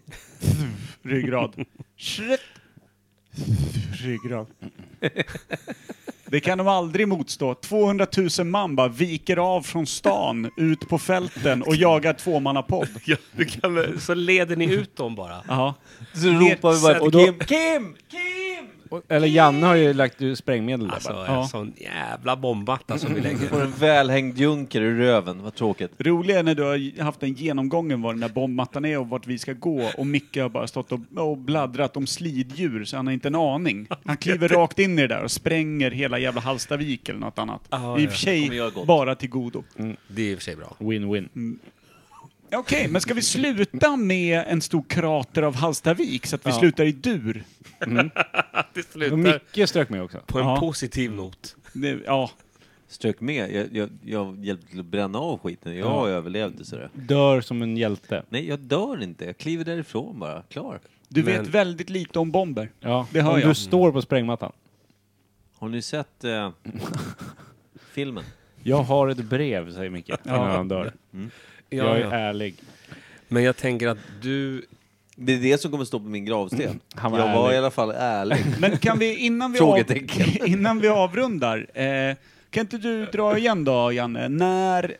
Ryggrad. Shrit. Ryggrad. Det kan de aldrig motstå. 200 000 man bara viker av från stan ut på fälten och jagar tvåmannapodd. Ja, så leder ni ut dem bara. Ja. Så ropar vi bara Och då- Kim! Eller Janne har ju lagt ut sprängmedel där Alltså bara. en sån jävla bombmatta som vi lägger. Får en välhängd junker i röven, vad tråkigt. Roliga är när du har haft en genomgången var den där bombmattan är och vart vi ska gå och Micke har bara stått och bladdrat om sliddjur så han har inte en aning. Han kliver rakt in i det där och spränger hela jävla Hallstavik eller något annat. I och för sig Kommer göra gott. bara till godo. Det är i och för sig bra. Win-win. Okej, men ska vi sluta med en stor krater av Hallstavik så att vi slutar i dur? Det Och slutar Micke strök med också. på en Ja. positiv not. Ja, Strök med. Jag hjälpte till att bränna av skiten. Jag överlevde så det. Dör som en hjälte. Nej, jag dör inte. Jag kliver därifrån bara. Klar. du Men- vet väldigt lite om bomber. Ja, Det hör om jag. du står på sprängmattan. Har ni sett filmen? Jag har ett brev, säger Micke, när han dör. Jag är ärlig. Men jag tänker att du... Det är det som kommer stå på min gravsten. Han var Jag var ärlig. i alla fall ärlig. Men kan vi, Frågetecken. innan vi avrundar, kan inte du dra igen då, Janne, när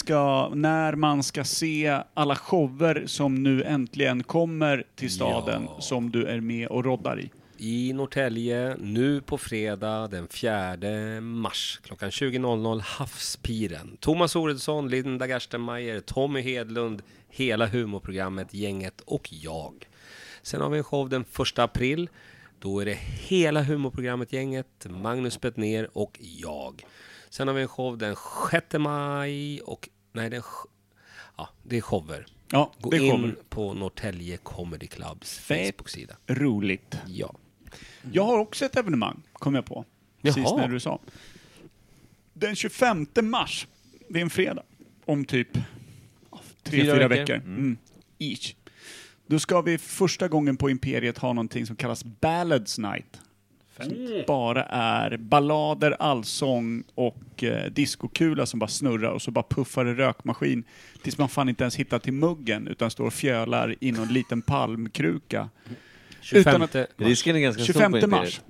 man ska se alla shower som nu äntligen kommer till staden som du är med och roddar i? I Norrtälje, nu på fredag den 4 mars klockan 20.00, Havspiren. Thomas Oredsson, Linda Gerstenmeier, Tommy Hedlund, hela humorprogrammet, gänget och jag. Sen har vi en show den 1 april. Då är det hela humorprogrammet, gänget, Magnus Bettner och jag. Sen har vi en show den 6 maj och... Nej, det är shower. Ja, Gå det in kommer. på Norrtälje Comedy Clubs Fett. Facebook-sida. Roligt. Ja. Jag har också ett evenemang, kom jag på. Precis Jaha. när du sa. Den 25 mars, det är en fredag, om typ 3-4 veckor. Each. Då ska vi första gången på Imperiet ha någonting som kallas Ballads Night. Bara är ballader, allsång och diskokula som bara snurrar och så bara puffar det rökmaskin tills man fan inte ens hittar till muggen utan står och fjölar i någon liten palmkruka. 25 Risken är ganska stor på 25 Imperiet. mars.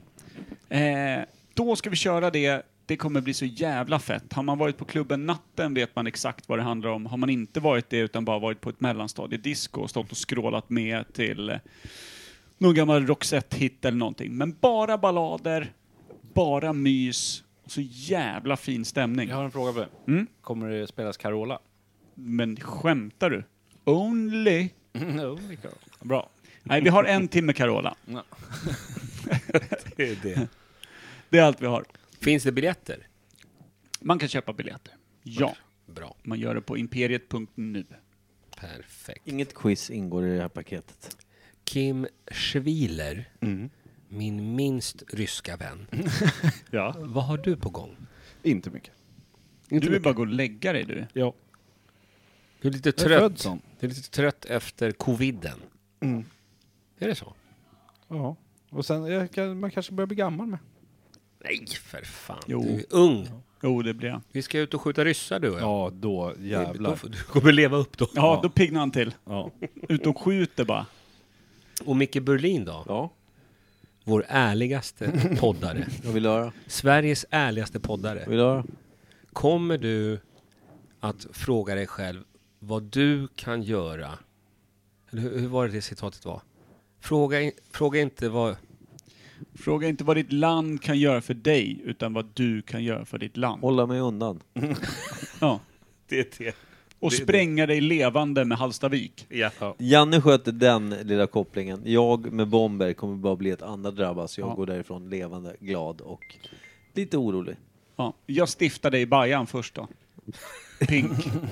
Då ska vi köra det. Det kommer bli så jävla fett. Har man varit på klubben natten vet man exakt vad det handlar om. Har man inte varit det utan bara varit på ett mellanstadiedisco och stått och scrollat med till någon gammal Roxette-hit eller någonting. Men bara ballader, bara mys och så jävla fin stämning. Jag har en fråga på det. Kommer det spelas Carola? Men skämtar du? Only? Only Carola. Bra. Nej, vi har 1 timme Carola. Ja. Det är det. Det är allt vi har. Finns det biljetter? Man kan köpa biljetter. Ja. Bra. Man gör det på imperiet.nu. Perfekt. Inget quiz ingår i det här paketet. Kim Schwiler, min minst ryska vän. Ja. Vad har du på gång? Inte mycket. Du vill bara gå och lägga dig du. Ja. Du är lite Jag är född trött. sån. Du är lite trött efter coviden. Är det så? Ja. Och sen man kanske börjar bli gammal med. Nej, för fan. Jo. Du är ung. Jo, det blir jag. Vi ska ut och skjuta ryssar du och jag. Ja, då jävlar. Du kommer leva upp då. Ja, då piggnar han till. Ja. Ut och skjuter bara. Och Micke Berlin då? Ja, Vår ärligaste poddare. jag vill höra. Sveriges ärligaste poddare. Jag vill höra. Kommer du att fråga dig själv vad du kan göra? Eller hur var det citatet var? Fråga inte vad... Fråga inte vad ditt land kan göra för dig, utan vad du kan göra för ditt land. Hålla mig undan. Ja. Det är det. Och spränga dig levande med Hallstavik. Ja. Janne sköter den lilla kopplingen. Jag med bomber kommer bara bli ett andra drabbas. Jag Ja. går därifrån levande, glad och lite orolig. Ja. Jag stiftar dig i Bajan först då. Pink.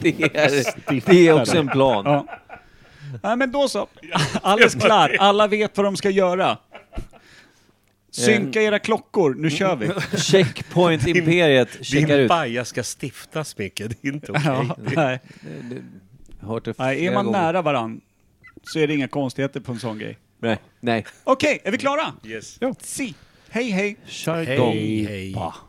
Det är också en plan. Ja. Nej, men då så. Alldeles klar. Alla vet vad de ska göra. Synka era klockor. Nu kör vi. Checkpoint Imperiet checkar Din ut. baja ska stiftas, Micke. Det är inte okej. Ja, nej. Hört det Nej, är flera man gånger. nära varann så är det inga konstigheter på en sån grej. Nej. Okej, är vi klara? Yes. Si. Hej, hej. Kör Hej, hej.